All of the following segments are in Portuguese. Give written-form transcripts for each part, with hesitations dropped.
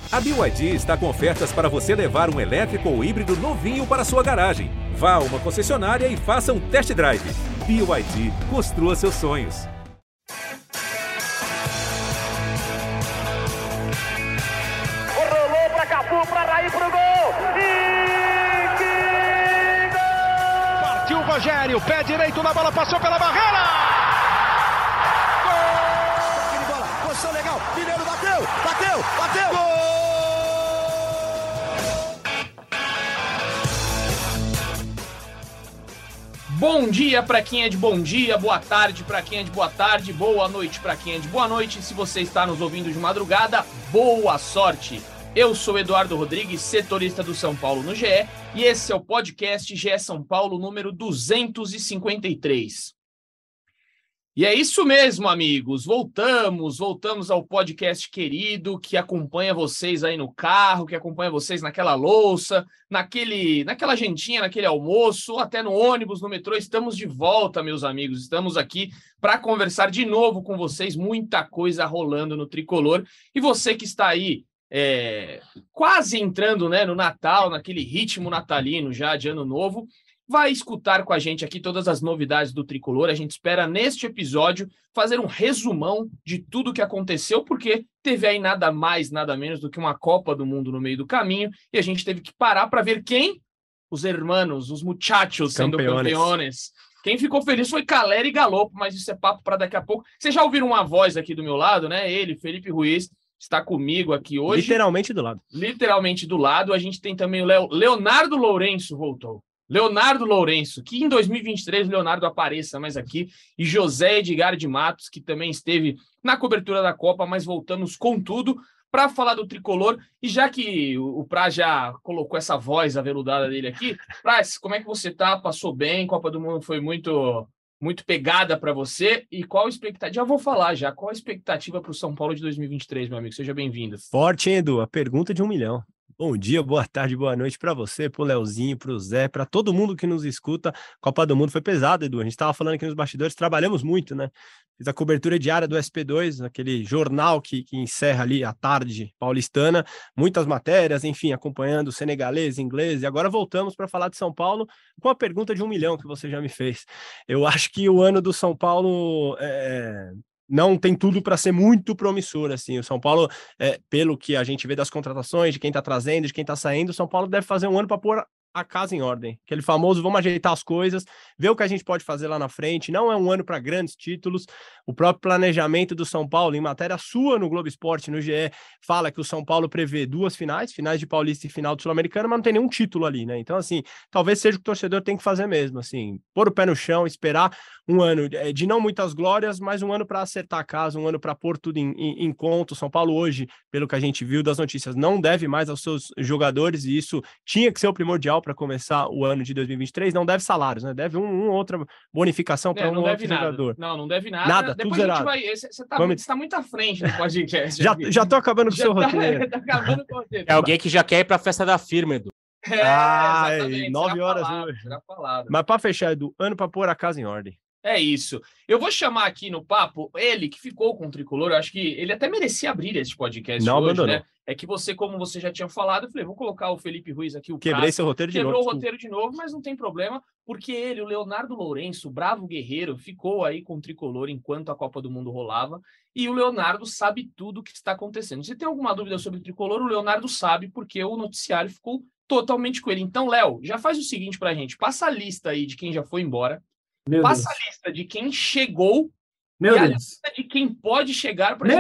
A BYD está com ofertas para você levar um elétrico ou híbrido novinho para sua garagem. Vá a uma concessionária e faça um test drive. BYD, construa seus sonhos. Rolou para Cafu, para Raí, pro gol! E que gol! Partiu o Rogério, pé direito na bola, passou pela barreira! Gol! Bola, posição legal, Mineiro bateu! Gol! Bom dia para quem é de bom dia, boa tarde para quem é de boa tarde, boa noite para quem é de boa noite. Se você está nos ouvindo de madrugada, boa sorte. Eu sou Eduardo Rodrigues, setorista do São Paulo no GE, e esse é o podcast GE São Paulo número 253. E é isso mesmo, amigos, voltamos ao podcast querido que acompanha vocês aí no carro, que acompanha vocês naquela louça, naquela jantinha, naquele almoço, ou até no ônibus, no metrô. Estamos de volta, meus amigos, estamos aqui para conversar de novo com vocês, muita coisa rolando no Tricolor, e você que está aí quase entrando, né, no Natal, naquele ritmo natalino já de Ano Novo, vai escutar com a gente aqui todas as novidades do Tricolor. A gente espera, neste episódio, fazer um resumão de tudo que aconteceu, porque teve aí nada mais, nada menos do que uma Copa do Mundo no meio do caminho, e a gente teve que parar para ver quem? Os hermanos, os muchachos sendo campeones. Quem ficou feliz foi Calera e Galopo, mas isso é papo para daqui a pouco. Vocês já ouviram uma voz aqui do meu lado, né? Ele, Felipe Ruiz, está comigo aqui hoje. Literalmente do lado. Literalmente do lado. A gente tem também o Leonardo Lourenço, voltou. Leonardo Lourenço, que em 2023 o Leonardo apareça mais aqui, e José Edgar de Matos, que também esteve na cobertura da Copa, mas voltamos com tudo para falar do Tricolor. E já que o Praz já colocou essa voz aveludada dele aqui, Praz, como é que você tá? Passou bem? Copa do Mundo foi muito pegada para você, e qual a expectativa? Já vou falar já, qual a expectativa para o São Paulo de 2023, meu amigo? Seja bem-vindo. Forte, hein, Edu? A pergunta de 1 milhão. Bom dia, boa tarde, boa noite para você, pro Leozinho, pro Zé, para todo mundo que nos escuta. Copa do Mundo foi pesada, Edu. A gente estava falando aqui nos bastidores, trabalhamos muito, né? Fiz a cobertura diária do SP2, aquele jornal que encerra ali a tarde paulistana, muitas matérias, enfim, acompanhando senegalês, inglês, e agora voltamos para falar de São Paulo com a pergunta de 1 milhão que você já me fez. Eu acho que o ano do São Paulo não tem tudo para ser muito promissor, assim. O São Paulo, pelo que a gente vê das contratações, de quem está trazendo, de quem está saindo, o São Paulo deve fazer um ano para pôr a casa em ordem. Aquele famoso, vamos ajeitar as coisas, ver o que a gente pode fazer lá na frente. Não é um ano para grandes títulos. O próprio planejamento do São Paulo, em matéria sua no Globo Esporte, no GE, fala que o São Paulo prevê 2 finais de Paulista e final do Sul-Americano, mas não tem nenhum título ali, né? Então, assim, talvez seja o que o torcedor tem que fazer mesmo, assim, pôr o pé no chão, esperar um ano de não muitas glórias, mas um ano para acertar a casa, um ano para pôr tudo em conta. O São Paulo hoje, pelo que a gente viu das notícias, não deve mais aos seus jogadores, e isso tinha que ser o primordial para começar o ano de 2023. Não deve salários, né? Deve outra bonificação para um outro jogador. Não deve nada. Nada, depois tudo a gente zerado. Você está muito à frente no podcast. Já tô acabando com o seu roteiro. Tá acabando com o roteiro. É alguém que já quer ir para a festa da firma, Edu. Exatamente. 9 horas hoje. Mas para fechar, Edu, ano para pôr a casa em ordem. É isso. Eu vou chamar aqui no papo ele que ficou com o Tricolor. Eu acho que ele até merecia abrir esse podcast não hoje, abandonou. né? É que você, como você já tinha falado, eu falei, vou colocar o Felipe Ruiz aqui. Quebrei seu roteiro de novo. Quebrou o roteiro de novo, mas não tem problema, porque ele, o Leonardo Lourenço, o bravo guerreiro, ficou aí com o Tricolor enquanto a Copa do Mundo rolava, e o Leonardo sabe tudo o que está acontecendo. Se tem alguma dúvida sobre o Tricolor, o Leonardo sabe, porque o noticiário ficou totalmente com ele. Então, Léo, já faz o seguinte pra gente, passa a lista aí de quem já foi embora, passa a lista de quem chegou, a lista de quem pode chegar pra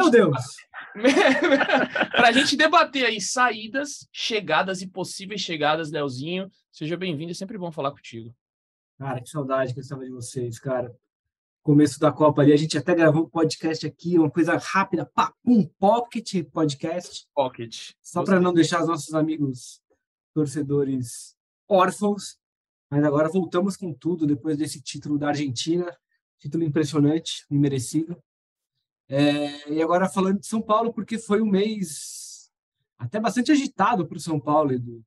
pra gente debater aí saídas, chegadas e possíveis chegadas. Leozinho, seja bem-vindo, é sempre bom falar contigo. Cara, que saudade que eu estava de vocês, cara. Começo da Copa ali, a gente até gravou um podcast aqui, uma coisa rápida, pocket podcast. Só para não deixar os nossos amigos torcedores órfãos. Mas agora voltamos com tudo, depois desse título da Argentina, título impressionante e merecido. E agora falando de São Paulo, porque foi um mês até bastante agitado para o São Paulo, Edu.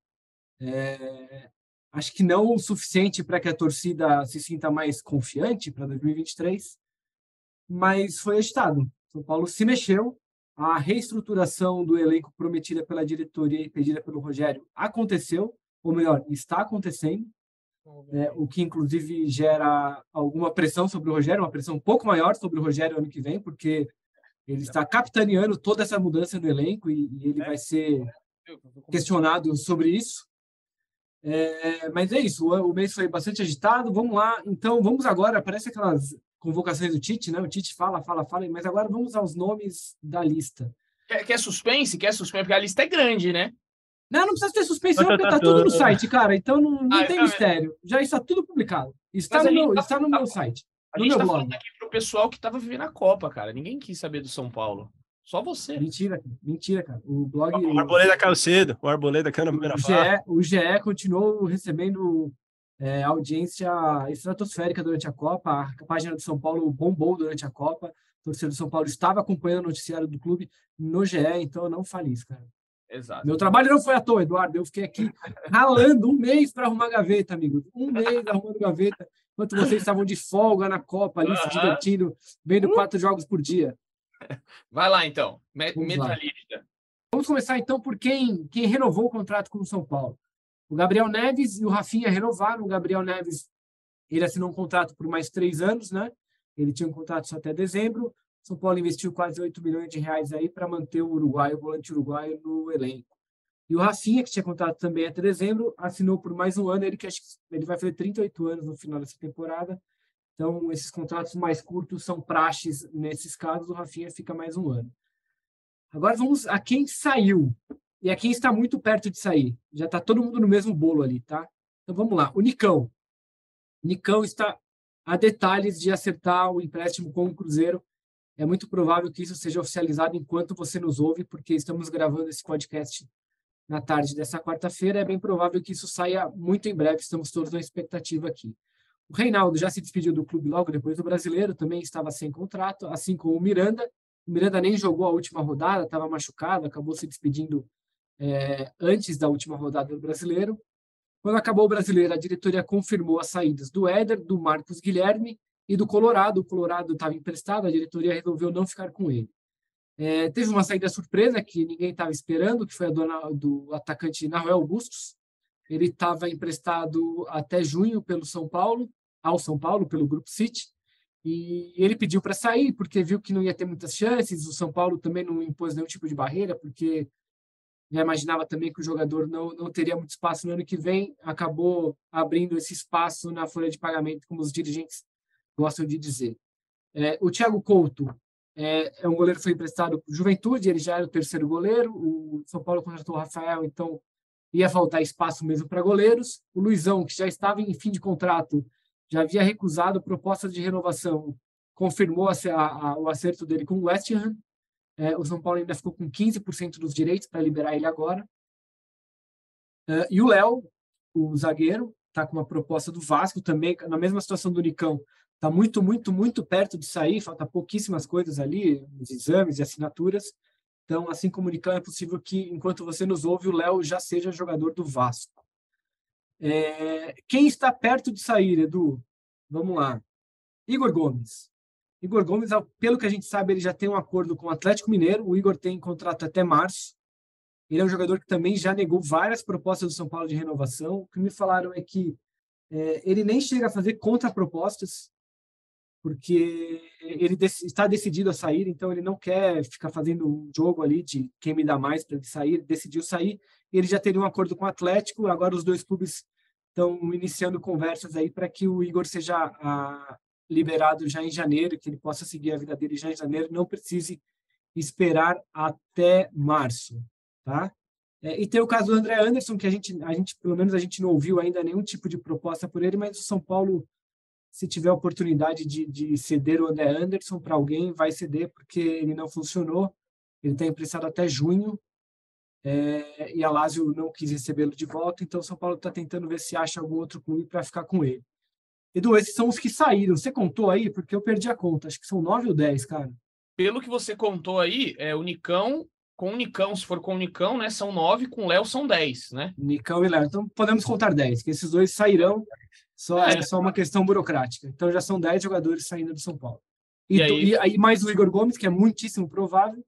Acho que não o suficiente para que a torcida se sinta mais confiante para 2023, mas foi agitado. São Paulo se mexeu, A reestruturação do elenco prometida pela diretoria e pedida pelo Rogério aconteceu, ou melhor, está acontecendo, o que inclusive gera alguma pressão sobre o Rogério, uma pressão um pouco maior sobre o Rogério ano que vem, porque ele está capitaneando toda essa mudança no elenco e ele vai ser questionado sobre isso. Mas é isso, o mês foi bastante agitado. Vamos lá, então vamos agora, parece aquelas convocações do Tite, né? O Tite fala, mas agora vamos aos nomes da lista. Quer suspense? Porque a lista é grande, né? Não precisa ter suspense, não, porque tá tudo no site, cara. Então não tem mistério. Já está tudo publicado. Está no meu site. No meu blog. Falando aqui pro pessoal que estava vivendo a Copa, cara. Ninguém quis saber do São Paulo. Só você. Mentira, cara. O blog. O Arboleda caiu cedo. O Arboleda caiu na primeira fase. O GE continuou recebendo audiência estratosférica durante a Copa. A página do São Paulo bombou durante a Copa. O torcedor do São Paulo estava acompanhando o noticiário do clube no GE, então eu não falei isso, cara. Exato. Meu trabalho não foi à toa, Eduardo. Eu fiquei aqui ralando um mês para arrumar gaveta, amigo. Um mês arrumando gaveta, enquanto vocês estavam de folga na Copa, ali se divertindo, vendo 4 jogos por dia. Vai lá, então. Meta a lista. Vamos começar, então, por quem renovou o contrato com o São Paulo. O Gabriel Neves e o Rafinha renovaram. O Gabriel Neves, ele assinou um contrato por mais 3 anos, né? Ele tinha um contrato só até dezembro. São Paulo investiu quase 8 milhões de reais aí para manter o volante uruguaio no elenco. E o Rafinha, que tinha contrato também até dezembro, assinou por mais um ano. Ele vai fazer 38 anos no final dessa temporada. Então, esses contratos mais curtos são praxes nesses casos. O Rafinha fica mais um ano. Agora vamos a quem saiu e a quem está muito perto de sair. Já está todo mundo no mesmo bolo ali, tá? Então vamos lá. O Nicão. O Nicão está a detalhes de acertar o empréstimo com o Cruzeiro. É muito provável que isso seja oficializado enquanto você nos ouve, porque estamos gravando esse podcast na tarde dessa quarta-feira. É bem provável que isso saia muito em breve. Estamos todos na expectativa aqui. O Reinaldo já se despediu do clube logo depois do Brasileiro, também estava sem contrato, assim como o Miranda. O Miranda nem jogou a última rodada, estava machucado, acabou se despedindo antes da última rodada do Brasileiro. Quando acabou o Brasileiro, a diretoria confirmou as saídas do Éder, do Marcos Guilherme e do Colorado. O Colorado estava emprestado, a diretoria resolveu não ficar com ele. Teve uma saída surpresa que ninguém estava esperando, que foi a do atacante Nahuel Bustos. Ele estava emprestado até junho ao São Paulo, pelo Grupo City, e ele pediu para sair, porque viu que não ia ter muitas chances. O São Paulo também não impôs nenhum tipo de barreira, porque já imaginava também que o jogador não teria muito espaço no ano que vem. Acabou abrindo esse espaço na folha de pagamento, como os dirigentes gostam de dizer. O Thiago Couto é um goleiro que foi emprestado para o Juventude, ele já era o terceiro goleiro. O São Paulo contratou o Rafael, então ia faltar espaço mesmo para goleiros. O Luizão, que já estava em fim de contrato, já havia recusado propostas de renovação, confirmou o acerto dele com o West Ham. O São Paulo ainda ficou com 15% dos direitos para liberar ele agora. E o Léo, o zagueiro, está com uma proposta do Vasco também, na mesma situação do Nicão. Está muito, muito, muito perto de sair, falta pouquíssimas coisas ali, os exames e assinaturas. Então, assim como o Nicão, é possível que, enquanto você nos ouve, o Léo já seja jogador do Vasco. Quem está perto de sair, Edu? Vamos lá. Igor Gomes. Igor Gomes, pelo que a gente sabe, ele já tem um acordo com o Atlético Mineiro. O Igor tem contrato até março. Ele é um jogador que também já negou várias propostas do São Paulo de renovação. O que me falaram é que ele nem chega a fazer contrapropostas, porque ele está decidido a sair, então ele não quer ficar fazendo um jogo ali de quem me dá mais para ele sair. Ele decidiu sair. Ele já teria um acordo com o Atlético. Agora os dois clubes estão iniciando conversas aí para que o Igor seja liberado já em janeiro, que ele possa seguir a vida dele já em janeiro, não precise esperar até março, tá? E tem o caso do André Anderson, que a gente pelo menos a gente não ouviu ainda nenhum tipo de proposta por ele, mas o São Paulo, se tiver a oportunidade de ceder o André Anderson para alguém, vai ceder, porque ele não funcionou. Ele está emprestado até junho, e a Lazio não quis recebê-lo de volta, então o São Paulo está tentando ver se acha algum outro clube para ficar com ele. Edu, esses são os que saíram. Você contou aí? Porque eu perdi a conta. Acho que são 9 ou 10, cara. Pelo que você contou aí, o Nicão, se for com o Nicão, né, são 9, com o Léo são 10, né? Nicão e Léo. Então podemos contar 10, que esses dois sairão. É só uma questão burocrática. Então já são 10 jogadores saindo do São Paulo. E aí mais o Igor Gomes, que é muitíssimo provável.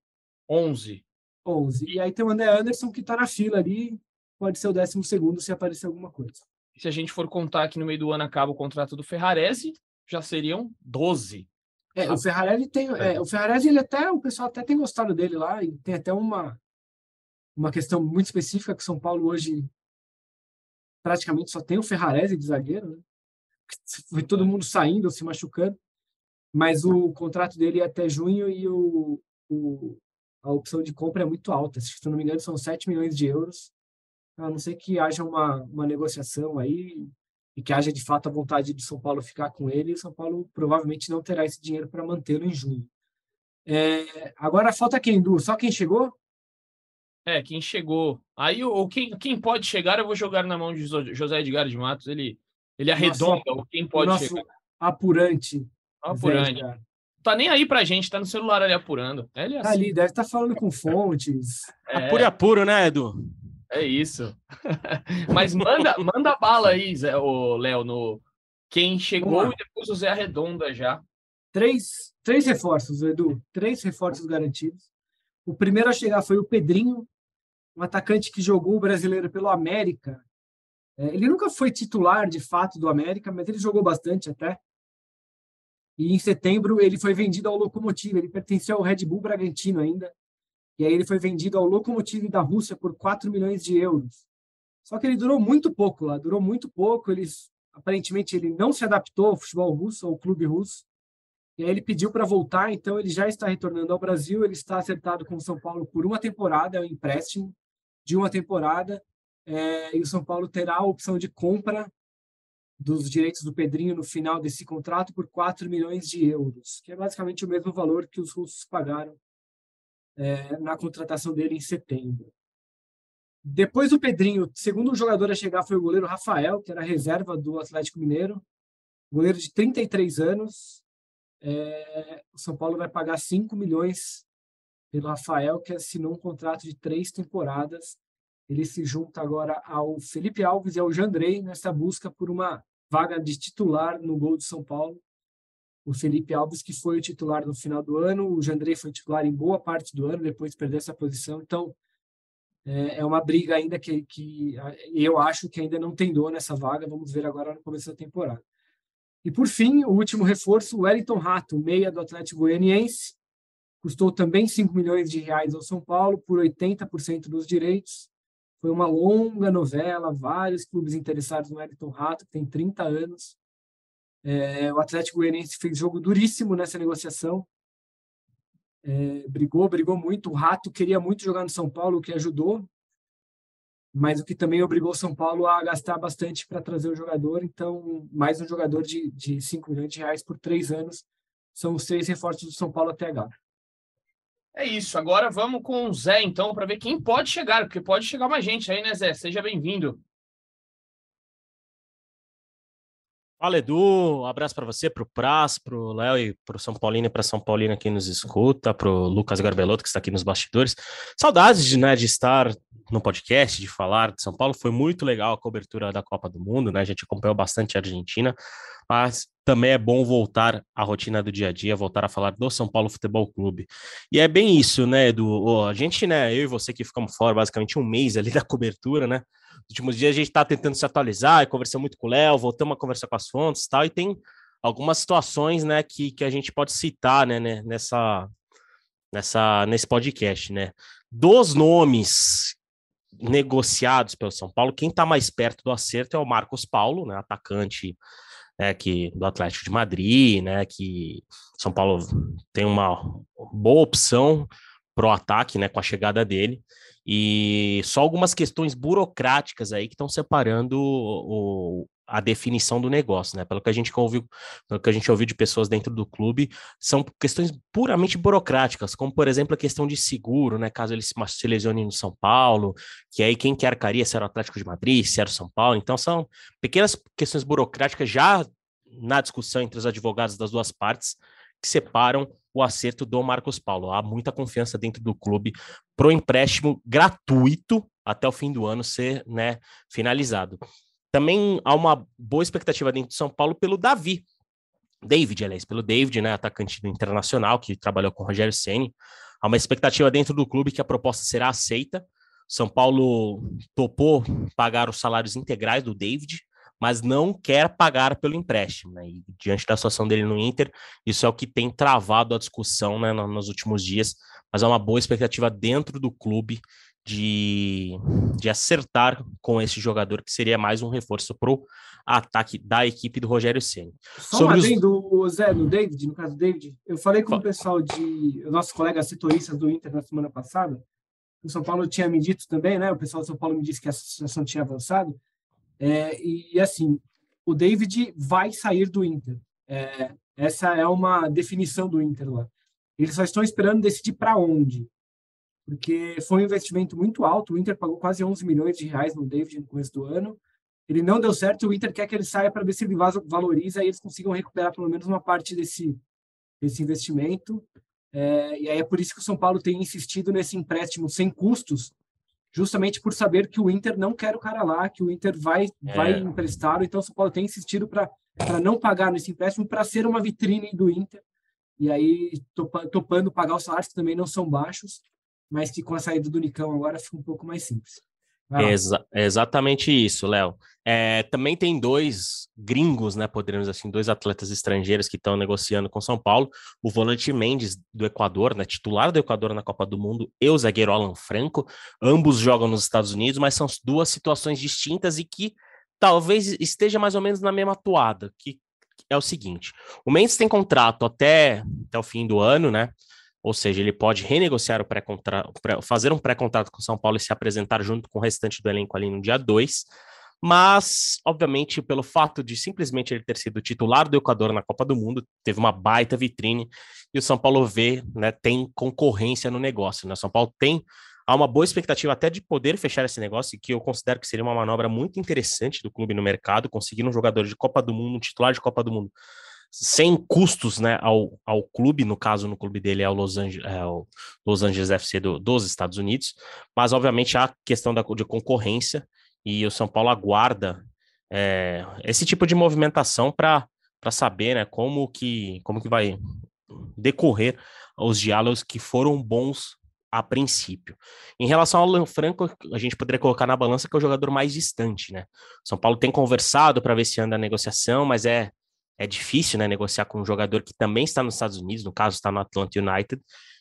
11. E aí tem o André Anderson, que está na fila ali, pode ser o 12º se aparecer alguma coisa. Se a gente for contar que no meio do ano acaba o contrato do Ferrarese, já seriam 12. O Ferrarese tem... o Ferrarese, o pessoal até tem gostado dele lá, e tem até uma questão muito específica, que São Paulo hoje praticamente só tem o Ferrarese de zagueiro, né? Foi todo mundo saindo ou se machucando, mas o contrato dele é até junho e a opção de compra é muito alta. Se não me engano, são 7 milhões de euros. A não ser que haja uma negociação aí e que haja, de fato, a vontade de São Paulo ficar com ele, e São Paulo provavelmente não terá esse dinheiro para mantê-lo em junho. Agora falta quem, Du? Só quem chegou? Quem chegou. Aí, quem pode chegar, eu vou jogar na mão de José Edgar de Matos. Ele arredonda quem pode chegar. Apurante. Tá nem aí pra gente, tá no celular ali apurando. Ele é assim. Ali, deve estar falando com fontes. Apuro, né, Edu? É isso. Mas manda bala aí, Léo, no quem chegou e depois o Zé arredonda já. 3 reforços, Edu. 3 reforços garantidos. O primeiro a chegar foi o Pedrinho, um atacante que jogou o Brasileiro pelo América. Ele nunca foi titular, de fato, do América, mas ele jogou bastante até. E em setembro ele foi vendido ao Lokomotiv. Ele pertencia ao Red Bull Bragantino ainda. E aí ele foi vendido ao Lokomotiv da Rússia por 4 milhões de euros. Só que ele durou muito pouco lá. Aparentemente ele não se adaptou ao futebol russo, ao clube russo. E aí ele pediu para voltar, então ele já está retornando ao Brasil. Ele está acertado com o São Paulo por uma temporada, é um empréstimo de uma temporada. E o São Paulo terá a opção de compra dos direitos do Pedrinho no final desse contrato por 4 milhões de euros, que é basicamente o mesmo valor que os russos pagaram na contratação dele em setembro. Depois do Pedrinho, o segundo jogador a chegar foi o goleiro Rafael, que era reserva do Atlético Mineiro, goleiro de 33 anos. O São Paulo vai pagar 5 milhões pelo Rafael, que assinou um contrato de 3 temporadas. Ele se junta agora ao Felipe Alves e ao Jandrei nessa busca por uma vaga de titular no gol do São Paulo. O Felipe Alves, que foi o titular no final do ano, o Jandrei foi titular em boa parte do ano, depois perdeu essa posição. Então, é uma briga ainda que eu acho que ainda não tem dono nessa vaga. Vamos ver agora no começo da temporada. E, por fim, o último reforço, o Wellington Rato, meia do Atlético Goianiense. Custou também 5 milhões de reais ao São Paulo por 80% dos direitos. Foi uma longa novela, vários clubes interessados no Wellington Rato, que tem 30 anos. O Atlético Goianiense fez jogo duríssimo nessa negociação. Brigou muito. O Rato queria muito jogar no São Paulo, o que ajudou, mas o que também obrigou o São Paulo a gastar bastante para trazer o jogador. Então, mais um jogador de 5 milhões de reais por 3 anos. São os 3 reforços do São Paulo até agora. É isso, agora vamos com o Zé, então, para ver quem pode chegar, porque pode chegar mais gente aí, né, Zé? Seja bem-vindo. Fala, Edu, um abraço para você, para o Praz, para o Léo e para o São Paulino e para São Paulina que nos escuta, para o Lucas Garbelotto, que está aqui nos bastidores. Saudades de estar no podcast, de falar de São Paulo. Foi muito legal a cobertura da Copa do Mundo, né? A gente acompanhou bastante a Argentina, mas também é bom voltar à rotina do dia a dia, voltar a falar do São Paulo Futebol Clube. E é bem isso, né, Edu? A gente, né, eu e você que ficamos fora basicamente um mês ali da cobertura, né? Nos últimos dias a gente está tentando se atualizar, e conversamos muito com o Léo, voltamos a conversar com as fontes e tal, e tem algumas situações, né, que a gente pode citar, né, nesse podcast, né? Dos nomes negociados pelo São Paulo, quem está mais perto do acerto é o Marcos Paulo, né, atacante do Atlético de Madrid, né, que São Paulo tem uma boa opção pro ataque, né, com a chegada dele, e só algumas questões burocráticas aí que estão separando a definição do negócio, né, pelo que a gente ouviu de pessoas dentro do clube, são questões puramente burocráticas, como, por exemplo, a questão de seguro, né, caso ele se lesione no São Paulo, que aí quem que arcaria se era o Atlético de Madrid, se era o São Paulo. Então são pequenas questões burocráticas já na discussão entre os advogados das duas partes que separam o acerto do Marcos Paulo. Há muita confiança dentro do clube pro empréstimo gratuito até o fim do ano ser, né, finalizado. Também há uma boa expectativa dentro do São Paulo pelo David, né, atacante do Internacional, que trabalhou com o Rogério Ceni. há uma expectativa dentro do clube que a proposta será aceita. São Paulo topou pagar os salários integrais do David, mas não quer pagar pelo empréstimo, né? E diante da situação dele no Inter, isso é o que tem travado a discussão, né, nos últimos dias, mas há uma boa expectativa dentro do clube de acertar com esse jogador, que seria mais um reforço para o ataque da equipe do Rogério Ceni. Só um adendo, Zé, no caso do David, eu falei com o pessoal nossos colegas setoristas do Inter na semana passada. O São Paulo tinha me dito também, né? O pessoal do São Paulo me disse que a situação tinha avançado. E assim, o David vai sair do Inter. Essa é uma definição do Inter lá. Eles só estão esperando decidir para onde. Porque foi um investimento muito alto. O Inter pagou quase 11 milhões de reais no David no começo do ano. Ele não deu certo. O Inter quer que ele saia para ver se ele valoriza e eles consigam recuperar pelo menos uma parte desse investimento. E aí é por isso que o São Paulo tem insistido nesse empréstimo sem custos, justamente por saber que o Inter não quer o cara lá, que o Inter vai emprestá-lo. Então o São Paulo tem insistido para não pagar nesse empréstimo, para ser uma vitrine do Inter. E aí topando pagar os salários que também não são baixos, mas que com a saída do Nicão agora fica um pouco mais simples. Exatamente isso, Léo. Também tem dois gringos, né, poderíamos assim, dois atletas estrangeiros que estão negociando com São Paulo, o volante Mendes do Equador, né, titular do Equador na Copa do Mundo, e o zagueiro Alan Franco, ambos jogam nos Estados Unidos, mas são duas situações distintas e que talvez esteja mais ou menos na mesma toada, que é o seguinte: o Mendes tem contrato até o fim do ano, né? Ou seja, ele pode renegociar o pré-contrato, fazer um pré-contrato com o São Paulo e se apresentar junto com o restante do elenco ali no dia 2. Mas, obviamente, pelo fato de simplesmente ele ter sido titular do Equador na Copa do Mundo, teve uma baita vitrine e o São Paulo né, tem concorrência no negócio. Né? O São Paulo há uma boa expectativa até de poder fechar esse negócio, que eu considero que seria uma manobra muito interessante do clube no mercado, conseguir um jogador de Copa do Mundo, um titular de Copa do Mundo, sem custos, né, ao clube. No caso, no clube dele é o Los Angeles FC dos Estados Unidos, mas obviamente há questão de concorrência e o São Paulo aguarda esse tipo de movimentação para saber, né, como que vai decorrer os diálogos que foram bons a princípio. Em relação ao Alan Franco, a gente poderia colocar na balança que é o jogador mais distante, né? São Paulo tem conversado para ver se anda a negociação, mas é difícil, né, negociar com um jogador que também está nos Estados Unidos, no caso está no Atlanta United,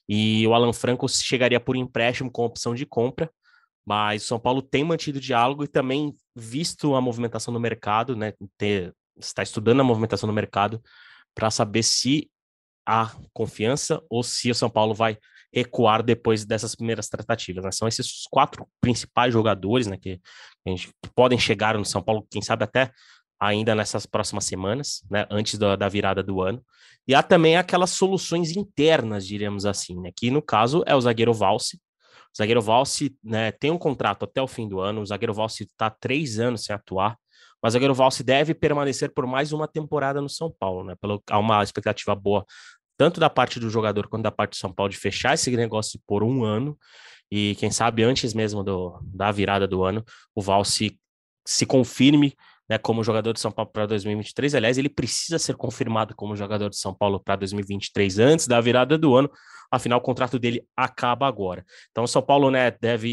e o Alan Franco chegaria por empréstimo com opção de compra, mas o São Paulo tem mantido diálogo e também visto a movimentação no mercado, né, está estudando a movimentação no mercado para saber se há confiança ou se o São Paulo vai recuar depois dessas primeiras tratativas, né? São esses os 4 principais jogadores, né, que podem chegar no São Paulo, quem sabe até ainda nessas próximas semanas, né, antes da virada do ano. E há também aquelas soluções internas, diríamos assim, né, que no caso é o zagueiro Valci. O zagueiro Valci, né, tem um contrato até o fim do ano, o zagueiro Valci está 3 anos sem atuar, mas o zagueiro Valci deve permanecer por mais uma temporada no São Paulo, né, há uma expectativa boa, tanto da parte do jogador quanto da parte do São Paulo, de fechar esse negócio por 1 ano, e quem sabe antes mesmo da virada do ano, o Valci se confirme, né, como jogador de São Paulo para 2023. Aliás, ele precisa ser confirmado como jogador de São Paulo para 2023 antes da virada do ano, afinal o contrato dele acaba agora. Então o São Paulo, né,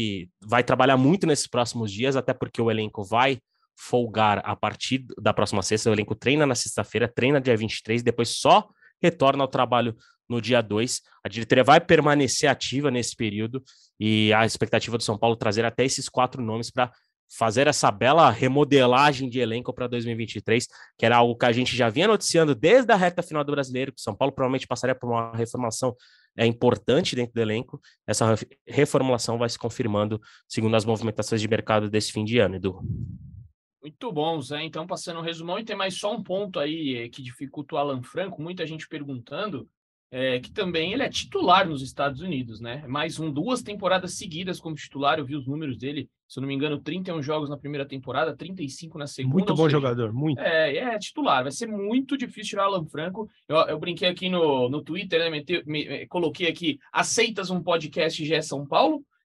vai trabalhar muito nesses próximos dias, até porque o elenco vai folgar a partir da próxima sexta. O elenco treina na sexta-feira, treina dia 23, depois só retorna ao trabalho no dia 2. A diretoria vai permanecer ativa nesse período e a expectativa do São Paulo trazer até esses 4 nomes para fazer essa bela remodelagem de elenco para 2023, que era algo que a gente já vinha noticiando desde a reta final do Brasileiro, que o São Paulo provavelmente passaria por uma reformulação importante dentro do elenco. Essa reformulação vai se confirmando segundo as movimentações de mercado desse fim de ano, Edu. Muito bom, Zé. Então, passando um resumão, e tem mais só um ponto aí que dificulta o Alan Franco, muita gente perguntando, que também ele é titular nos Estados Unidos, né? Mais 2 temporadas seguidas como titular, eu vi os números dele, se eu não me engano, 31 jogos na primeira temporada, 35 na segunda. Muito bom jogador, muito. É titular, vai ser muito difícil tirar o Alan Franco. Eu brinquei aqui no Twitter, né? Coloquei aqui, aceitas um podcast GE São Paulo?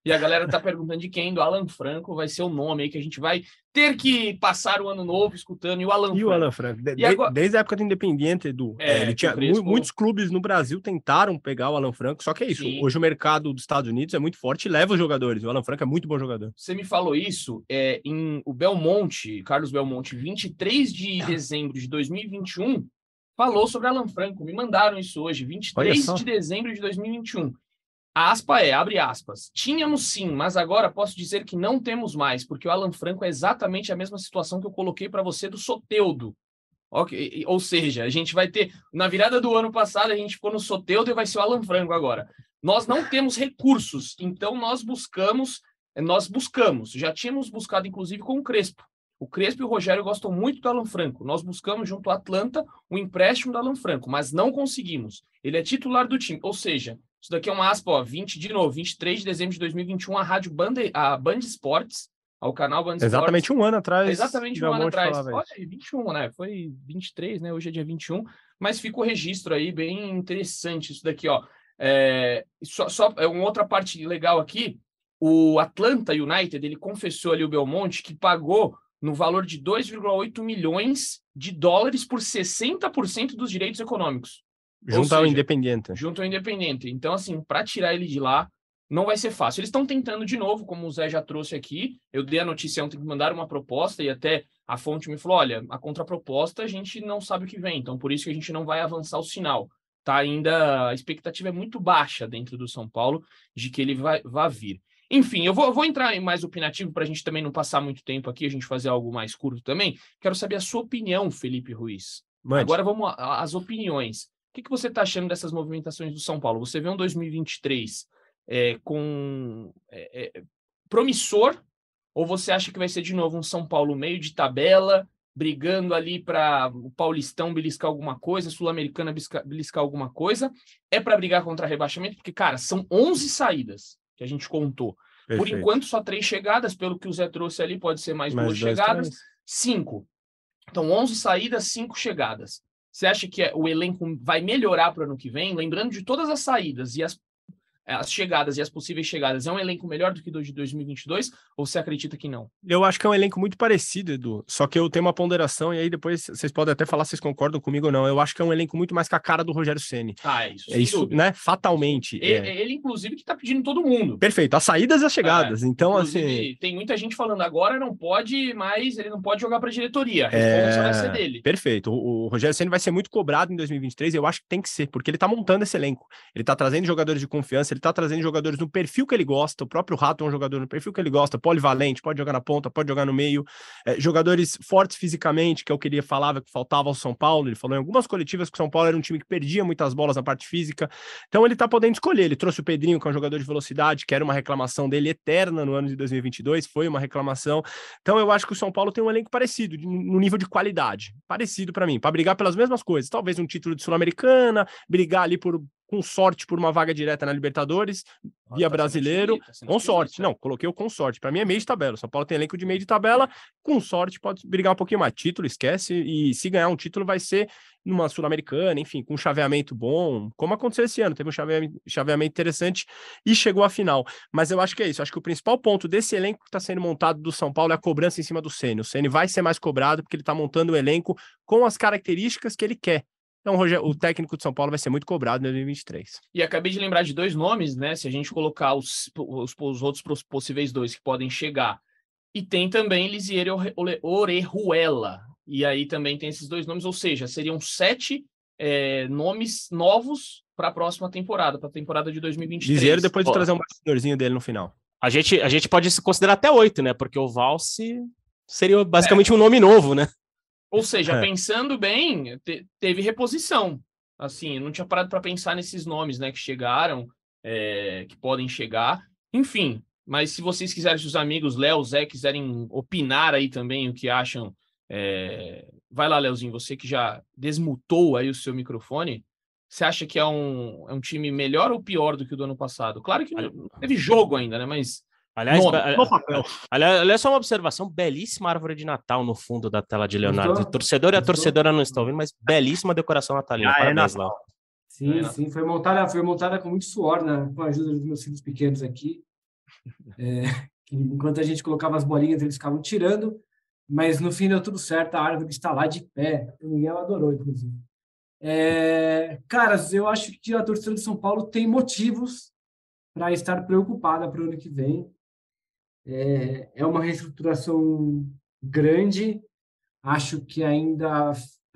E a galera tá perguntando de quem, do Alan Franco, vai ser o nome aí que a gente vai ter que passar o ano novo escutando. E o Alan Franco. O Alan Franco. Desde a época do Independiente, Edu, ele tinha muitos clubes no Brasil tentaram pegar o Alan Franco, só que é isso. Sim. Hoje o mercado dos Estados Unidos é muito forte e leva os jogadores. O Alan Franco é muito bom jogador. Você me falou isso em o Belmonte, Carlos Belmonte, 23 de dezembro de 2021, falou sobre Alan Franco. Me mandaram isso hoje, 23 de dezembro de 2021. A aspa abre aspas, tínhamos sim, mas agora posso dizer que não temos mais, porque o Alan Franco é exatamente a mesma situação que eu coloquei para você do Soteldo. Okay? Ou seja, a gente vai ter, na virada do ano passado, a gente ficou no Soteldo e vai ser o Alan Franco agora. Nós não temos recursos, então nós buscamos, já tínhamos buscado inclusive com o Crespo. O Crespo e o Rogério gostam muito do Alan Franco. Nós buscamos junto ao Atlanta o empréstimo do Alan Franco, mas não conseguimos. Ele é titular do time, ou seja, isso daqui é uma aspa, 23 de dezembro de 2021, a Band Esportes, ao canal Band Esportes. Exatamente um ano atrás. Exatamente um ano atrás. Olha aí, 21, né? Foi 23, né? Hoje é dia 21, mas fica o registro aí, bem interessante isso daqui, ó. Só uma outra parte legal aqui, o Atlanta United, ele confessou ali o Belmonte que pagou no valor de 2,8 milhões de dólares por 60% dos direitos econômicos. Junto ao Independiente. Junto ao Independiente. Então, assim, para tirar ele de lá, não vai ser fácil. Eles estão tentando de novo, como o Zé já trouxe aqui. Eu dei a notícia ontem que mandaram uma proposta e até a fonte me falou, olha, a contraproposta a gente não sabe o que vem, então por isso que a gente não vai avançar o sinal. Tá ainda, a expectativa é muito baixa dentro do São Paulo de que ele vá vir. Enfim, eu vou entrar em mais opinativo para a gente também não passar muito tempo aqui, a gente fazer algo mais curto também. Quero saber a sua opinião, Felipe Ruiz. Mande. Agora vamos às opiniões. O que você está achando dessas movimentações do São Paulo? Você vê um 2023 promissor, ou você acha que vai ser de novo um São Paulo meio de tabela, brigando ali para o Paulistão beliscar alguma coisa, Sul-Americana beliscar alguma coisa? É para brigar contra rebaixamento? Porque, cara, são 11 saídas que a gente contou. Perfeito. Por enquanto, só 3 chegadas, pelo que o Zé trouxe ali, pode ser mais 2 chegadas. 5. Então, 11 saídas, 5 chegadas. Você acha que o elenco vai melhorar para o ano que vem? Lembrando de todas as saídas e as chegadas e as possíveis chegadas, é um elenco melhor do que o de 2022? Ou você acredita que não? Eu acho que é um elenco muito parecido, Edu. Só que eu tenho uma ponderação e aí depois vocês podem até falar se vocês concordam comigo ou não. Eu acho que é um elenco muito mais com a cara do Rogério Ceni. É isso, né? Fatalmente. Ele inclusive, que tá pedindo todo mundo. Perfeito. As saídas e as chegadas. Então, assim... Tem muita gente falando agora não pode, mas ele não pode jogar para a diretoria. A resposta vai ser dele. Perfeito. O Rogério Ceni vai ser muito cobrado em 2023 e eu acho que tem que ser, porque ele tá montando esse elenco. Ele tá trazendo jogadores de confiança, ele tá trazendo jogadores no perfil que ele gosta. O próprio Rato é um jogador no perfil que ele gosta, polivalente, pode jogar na ponta, pode jogar no meio, jogadores fortes fisicamente, que é o que ele falava que faltava ao São Paulo. Ele falou em algumas coletivas que o São Paulo era um time que perdia muitas bolas na parte física, então ele tá podendo escolher. Ele trouxe o Pedrinho, que é um jogador de velocidade, que era uma reclamação dele eterna no ano de 2022, foi uma reclamação. Então eu acho que o São Paulo tem um elenco parecido, no nível de qualidade, parecido para mim, para brigar pelas mesmas coisas, talvez um título de Sul-Americana, brigar ali com sorte por uma vaga direta na Libertadores, via brasileiro, com sorte. Não, coloquei o com sorte. Para mim é meio de tabela. O São Paulo tem elenco de meio de tabela, com sorte pode brigar um pouquinho mais. Título, esquece, e se ganhar um título vai ser numa Sul-Americana, enfim, com um chaveamento bom, como aconteceu esse ano. Teve um chaveamento interessante e chegou à final. Mas eu acho que é isso. Acho que o principal ponto desse elenco que está sendo montado do São Paulo é a cobrança em cima do Ceni. O Ceni vai ser mais cobrado porque ele está montando o elenco com as características que ele quer. Então, o técnico de São Paulo vai ser muito cobrado em 2023. E acabei de lembrar de 2 nomes, né? Se a gente colocar os outros possíveis 2 que podem chegar. E tem também Lisier Orejuela. E aí também tem esses 2 nomes, ou seja, seriam 7 nomes novos para a próxima temporada, para a temporada de 2023. Lisier depois de trazer um bastidorzinho dele no final. A gente pode se considerar até 8, né? Porque o Valse seria basicamente um nome novo, né? Ou seja, pensando bem, teve reposição. Assim, eu não tinha parado para pensar nesses nomes, né, que chegaram, que podem chegar. Enfim, mas se vocês quiserem, se os amigos Léo, Zé, quiserem opinar aí também o que acham, vai lá, Léozinho, você que já desmutou aí o seu microfone, você acha que é um time melhor ou pior do que o do ano passado? Claro que não teve jogo ainda, né, mas... Aliás, só uma observação, belíssima árvore de Natal no fundo da tela de Leonardo. O torcedor e a torcedora não estão vendo, mas belíssima decoração natalina. Parabéns, Léo. Sim, foi montada com muito suor, né? Com a ajuda dos meus filhos pequenos aqui. Que enquanto a gente colocava as bolinhas, eles ficavam tirando, mas no fim deu tudo certo, a árvore está lá de pé. O Miguel adorou, inclusive. Caras, eu acho que a torcida de São Paulo tem motivos para estar preocupada para o ano que vem. É uma reestruturação grande. Acho que ainda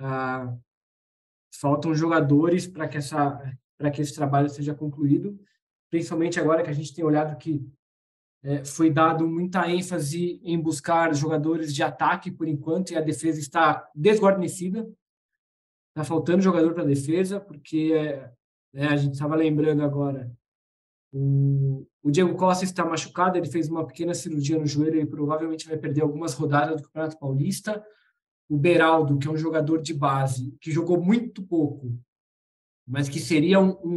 faltam jogadores para que esse trabalho seja concluído, principalmente agora que a gente tem olhado que foi dado muita ênfase em buscar jogadores de ataque por enquanto, e a defesa está desguarnecida. Está faltando jogador para a defesa, porque a gente estava lembrando agora, o Diego Costa está machucado, ele fez uma pequena cirurgia no joelho, ele provavelmente vai perder algumas rodadas do Campeonato Paulista. O Beraldo, que é um jogador de base, que jogou muito pouco, mas que seria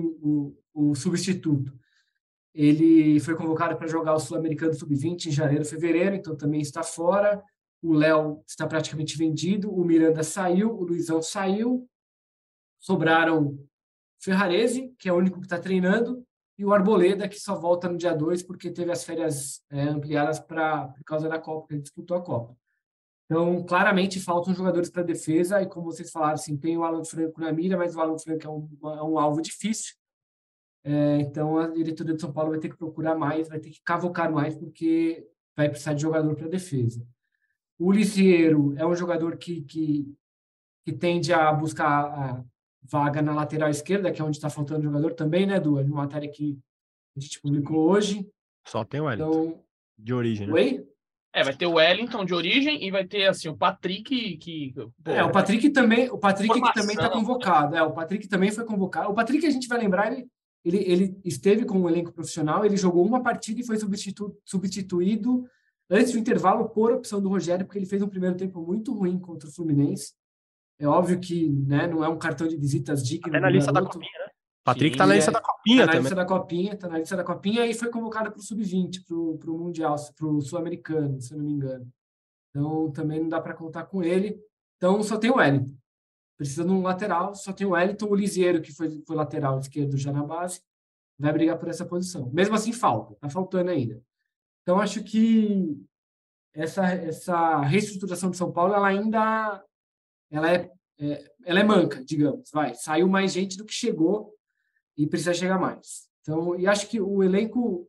o substituto, ele foi convocado para jogar o Sul-Americano Sub-20 em janeiro, fevereiro, então também está fora. O Léo está praticamente vendido, o Miranda saiu, o Luizão saiu, sobraram Ferrarese, que é o único que está treinando, e o Arboleda, que só volta no dia 2 porque teve as férias ampliadas por causa da Copa, que ele disputou a Copa. Então, claramente, faltam jogadores para a defesa, e como vocês falaram, assim, tem o Alan Franco na mira, mas o Alan Franco é um alvo difícil. Então, a diretoria de São Paulo vai ter que procurar mais, vai ter que cavocar mais, porque vai precisar de jogador para a defesa. O Lisieiro é um jogador que tende a buscar a vaga na lateral esquerda, que é onde está faltando jogador também, né, Edu? Uma matéria que a gente publicou hoje. Só tem o Wellington, então, de origem, né? Oi? Vai ter o Wellington de origem e vai ter assim o Patrick o Patrick também está convocado. O Patrick também foi convocado. O Patrick, a gente vai lembrar, ele esteve com o elenco profissional, ele jogou uma partida e foi substituído antes do intervalo por opção do Rogério, porque ele fez um primeiro tempo muito ruim contra o Fluminense. É óbvio que, né, não é um cartão de visitas digno. Até na lista da Copinha, né? Patrick está na lista da Copinha também. Está na lista da Copinha e foi convocado para o Sub-20, para o Mundial, para o Sul-Americano, se eu não me engano. Então, também não dá para contar com ele. Então, só tem o Wellington. Precisa de um lateral, só tem o Wellington. O Lisieiro, que foi lateral esquerdo já na base, vai brigar por essa posição. Mesmo assim, está faltando ainda. Então, acho que essa reestruturação de São Paulo, ela é manca, digamos. Saiu mais gente do que chegou e precisa chegar mais. Então, e acho que o elenco...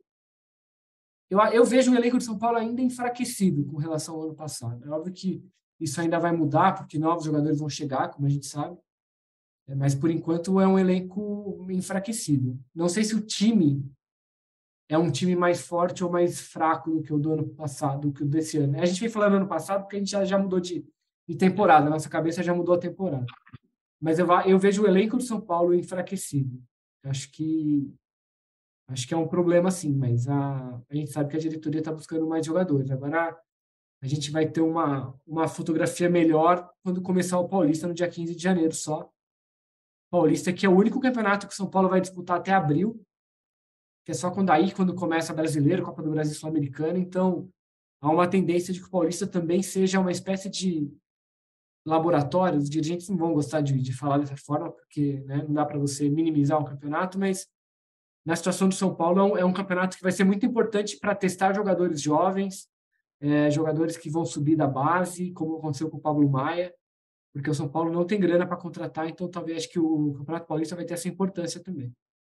Eu vejo o elenco de São Paulo ainda enfraquecido com relação ao ano passado. É óbvio que isso ainda vai mudar, porque novos jogadores vão chegar, como a gente sabe. Mas, por enquanto, é um elenco enfraquecido. Não sei se o time é um time mais forte ou mais fraco do que o do ano passado, do que o desse ano. A gente vem falando ano passado porque a gente já mudou de temporada. A nossa cabeça já mudou a temporada. Mas eu vejo o elenco de São Paulo enfraquecido. Acho que é um problema, sim, mas a gente sabe que a diretoria está buscando mais jogadores. Agora, a gente vai ter uma fotografia melhor quando começar o Paulista no dia 15 de janeiro só. Paulista, que é o único campeonato que o São Paulo vai disputar até abril, que é só quando começa Brasileiro, Copa do Brasil Sul-Americana. Então, há uma tendência de que o Paulista também seja uma espécie de laboratório. Os dirigentes não vão gostar de falar dessa forma, porque, né, não dá para você minimizar um campeonato, mas na situação do São Paulo é um campeonato que vai ser muito importante para testar jogadores jovens, jogadores que vão subir da base, como aconteceu com o Pablo Maia, porque o São Paulo não tem grana para contratar, então talvez acho que o Campeonato Paulista vai ter essa importância também.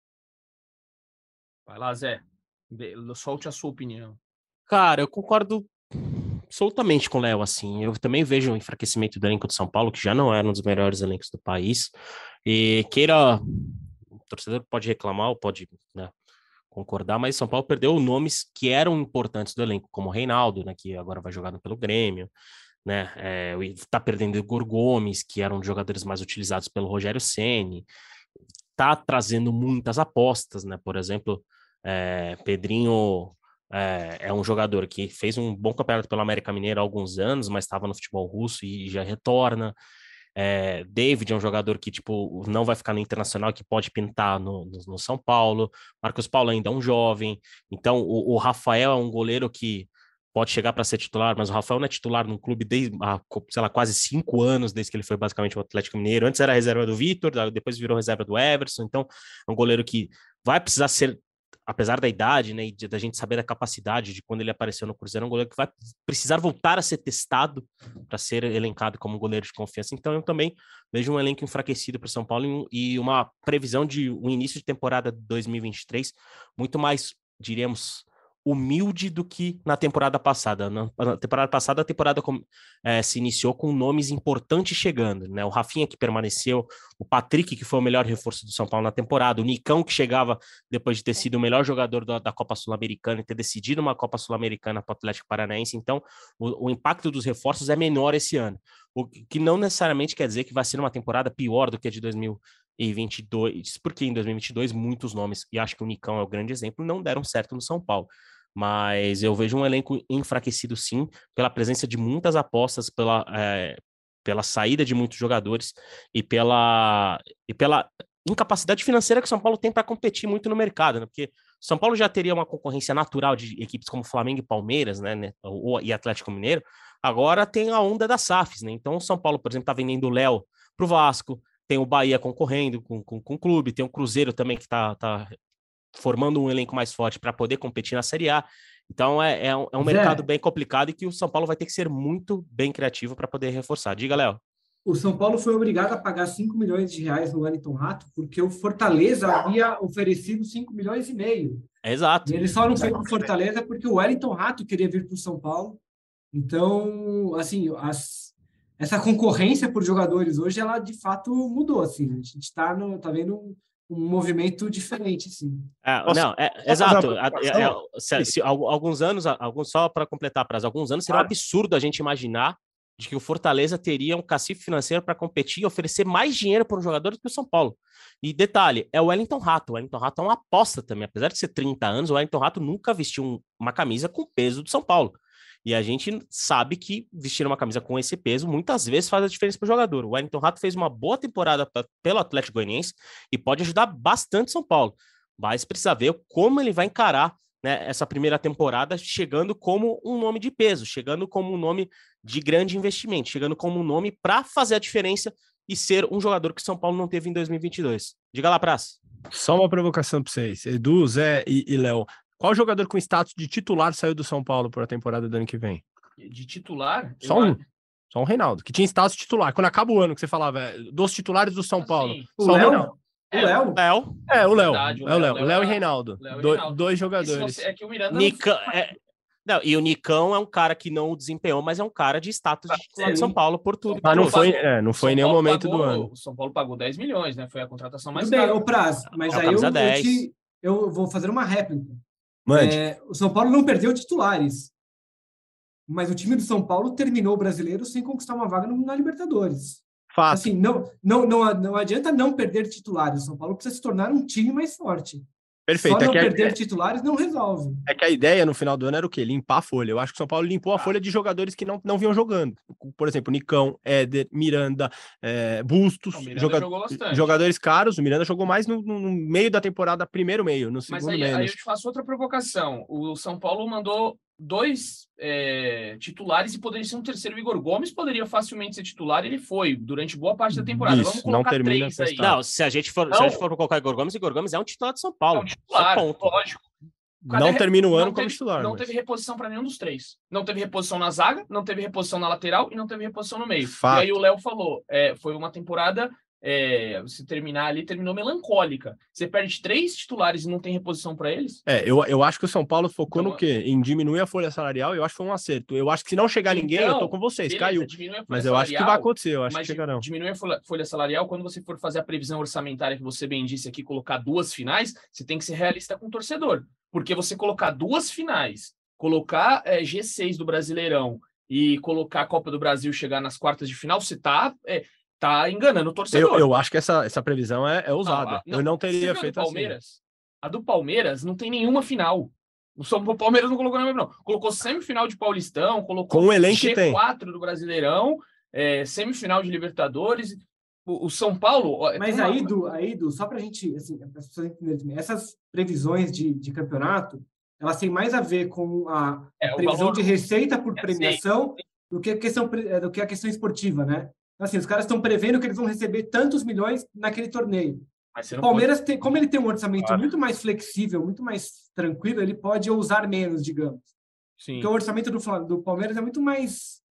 Vai lá, Zé. Solte a sua opinião. Cara, eu concordo absolutamente com o Léo, assim. Eu também vejo o enfraquecimento do elenco de São Paulo, que já não era um dos melhores elencos do país. E o torcedor pode reclamar ou pode, né, concordar, mas São Paulo perdeu nomes que eram importantes do elenco, como o Reinaldo, né, que agora vai jogar pelo Grêmio, né? Tá perdendo o Igor Gomes, que era um dos jogadores mais utilizados pelo Rogério Ceni. Tá trazendo muitas apostas, né? Por exemplo, Pedrinho é um jogador que fez um bom campeonato pelo América Mineiro há alguns anos, mas estava no futebol russo e já retorna. David é um jogador que tipo, não vai ficar no Internacional, que pode pintar no São Paulo. Marcos Paulo ainda é um jovem. Então, o Rafael é um goleiro que pode chegar para ser titular, mas o Rafael não é titular num clube desde, sei lá, quase 5 anos, desde que ele foi basicamente o Atlético Mineiro. Antes era reserva do Vitor, depois virou reserva do Everson. Então, é um goleiro que vai precisar ser apesar da idade, né, e da gente saber da capacidade de quando ele apareceu no Cruzeiro, é um goleiro que vai precisar voltar a ser testado para ser elencado como um goleiro de confiança. Então eu também vejo um elenco enfraquecido para o São Paulo e uma previsão de um início de temporada de 2023 muito mais, diríamos, humilde do que na temporada passada. Na temporada passada, a temporada se iniciou com nomes importantes chegando, né? O Rafinha, que permaneceu, o Patrick, que foi o melhor reforço do São Paulo na temporada, o Nicão, que chegava depois de ter sido o melhor jogador da Copa Sul-Americana e ter decidido uma Copa Sul-Americana para o Atlético Paranaense. Então, o impacto dos reforços é menor esse ano, o que não necessariamente quer dizer que vai ser uma temporada pior do que a de 2022, porque em 2022 muitos nomes, e acho que o Nicão é o grande exemplo, não deram certo no São Paulo. Mas eu vejo um elenco enfraquecido sim, pela presença de muitas apostas, pela saída de muitos jogadores e pela incapacidade financeira que o São Paulo tem para competir muito no mercado, né? Porque o São Paulo já teria uma concorrência natural de equipes como Flamengo e Palmeiras, né, e Atlético Mineiro, agora tem a onda das SAFs, né? Então o São Paulo, por exemplo, está vendendo o Léo para o Vasco, tem o Bahia concorrendo com o clube, tem o Cruzeiro também que está formando um elenco mais forte para poder competir na Série A. Então é um mercado bem complicado e que o São Paulo vai ter que ser muito bem criativo para poder reforçar. Diga, Léo. O São Paulo foi obrigado a pagar 5 milhões de reais no Wellington Rato porque o Fortaleza havia oferecido 5 milhões e meio. Exato. E ele só não foi para o Fortaleza porque o Wellington Rato queria vir para o São Paulo. Então, assim, essa concorrência por jogadores hoje, ela de fato mudou. Assim. A gente está vendo um movimento diferente, sim. Exato. Alguns anos, só para completar a frase, alguns anos seria um absurdo a gente imaginar de que o Fortaleza teria um cacife financeiro para competir e oferecer mais dinheiro para um jogador do que o São Paulo. E detalhe, é o Wellington Rato. O Wellington Rato é uma aposta também. Apesar de ser 30 anos, o Wellington Rato nunca vestiu uma camisa com peso do São Paulo. E a gente sabe que vestir uma camisa com esse peso muitas vezes faz a diferença para o jogador. O Wellington Rato fez uma boa temporada pelo Atlético Goianiense e pode ajudar bastante o São Paulo. Mas precisa ver como ele vai encarar, né, essa primeira temporada, chegando como um nome de peso, chegando como um nome de grande investimento, chegando como um nome para fazer a diferença e ser um jogador que o São Paulo não teve em 2022. Diga lá, Praça. Só uma provocação para vocês. Edu, Zé e Léo. Qual jogador com status de titular saiu do São Paulo para a temporada do ano que vem? De titular? Só um Reinaldo, que tinha status titular. Quando acaba o ano que você falava dos titulares do São Paulo. Só o Reinaldo. O Léo? O Léo e Reinaldo. Dois jogadores. É que o Miranda e o Nicão é um cara que não desempenhou, mas é um cara de status de titular de São Paulo por tudo. Mas não foi em nenhum momento do ano. O São Paulo pagou 10 milhões, né? Foi a contratação mais cara. O prazo. Mas aí eu vou fazer uma réplica. O São Paulo não perdeu titulares, mas o time do São Paulo terminou o Brasileiro sem conquistar uma vaga na Libertadores. Fato. Assim, não adianta não perder titulares. O São Paulo precisa se tornar um time mais forte. Perfeito. Só não perder titulares não resolve. É que a ideia no final do ano era o quê? Limpar a folha. Eu acho que o São Paulo limpou a folha de jogadores que não vinham jogando. Por exemplo, Nicão, Éder, Miranda, Bustos. Jogadores caros. O Miranda jogou mais no meio da temporada, primeiro meio, no segundo meio. Mas aí eu te faço outra provocação. O São Paulo mandou 2 titulares e poderia ser um terceiro. O Igor Gomes poderia facilmente ser titular. Ele foi durante boa parte da temporada. Isso, vamos colocar 3 aí. Não, se a gente for colocar Igor Gomes é um titular de São Paulo. É um titular, lógico. Não termina o ano como titular. Não teve reposição para nenhum dos 3. Não teve reposição na zaga, não teve reposição na lateral e não teve reposição no meio. Fato. E aí o Léo falou, foi uma temporada, se terminar ali, terminou melancólica. Você perde 3 titulares e não tem reposição para eles? Eu acho que o São Paulo focou no quê? Em diminuir a folha salarial, eu acho que foi um acerto. Eu acho que se não chegar ninguém, eu tô com vocês, caiu. Mas eu acho que vai acontecer, eu acho que chegarão. Diminuir a folha salarial, quando você for fazer a previsão orçamentária, que você bem disse aqui, colocar 2 finais, você tem que ser realista com o torcedor. Porque você colocar 2 finais, colocar G6 do Brasileirão e colocar a Copa do Brasil chegar nas quartas de final, você tá enganando o torcedor. Eu acho que essa previsão é ousada. Eu não teria feito assim. A do Palmeiras não tem nenhuma final. O Palmeiras não colocou nenhuma final. Colocou semifinal de Paulistão, colocou com o elenco G4 do Brasileirão, semifinal de Libertadores. O São Paulo... Mas aí, Du, só para a gente... Assim, as pessoas entenderem, essas previsões de campeonato, elas têm mais a ver com a previsão de receita por premiação do que a questão esportiva, né? Assim, os caras estão prevendo que eles vão receber tantos milhões naquele torneio. O Palmeiras, como ele tem um orçamento muito mais flexível, muito mais tranquilo, ele pode ousar menos, digamos. Sim. Porque o orçamento do Palmeiras é muito mais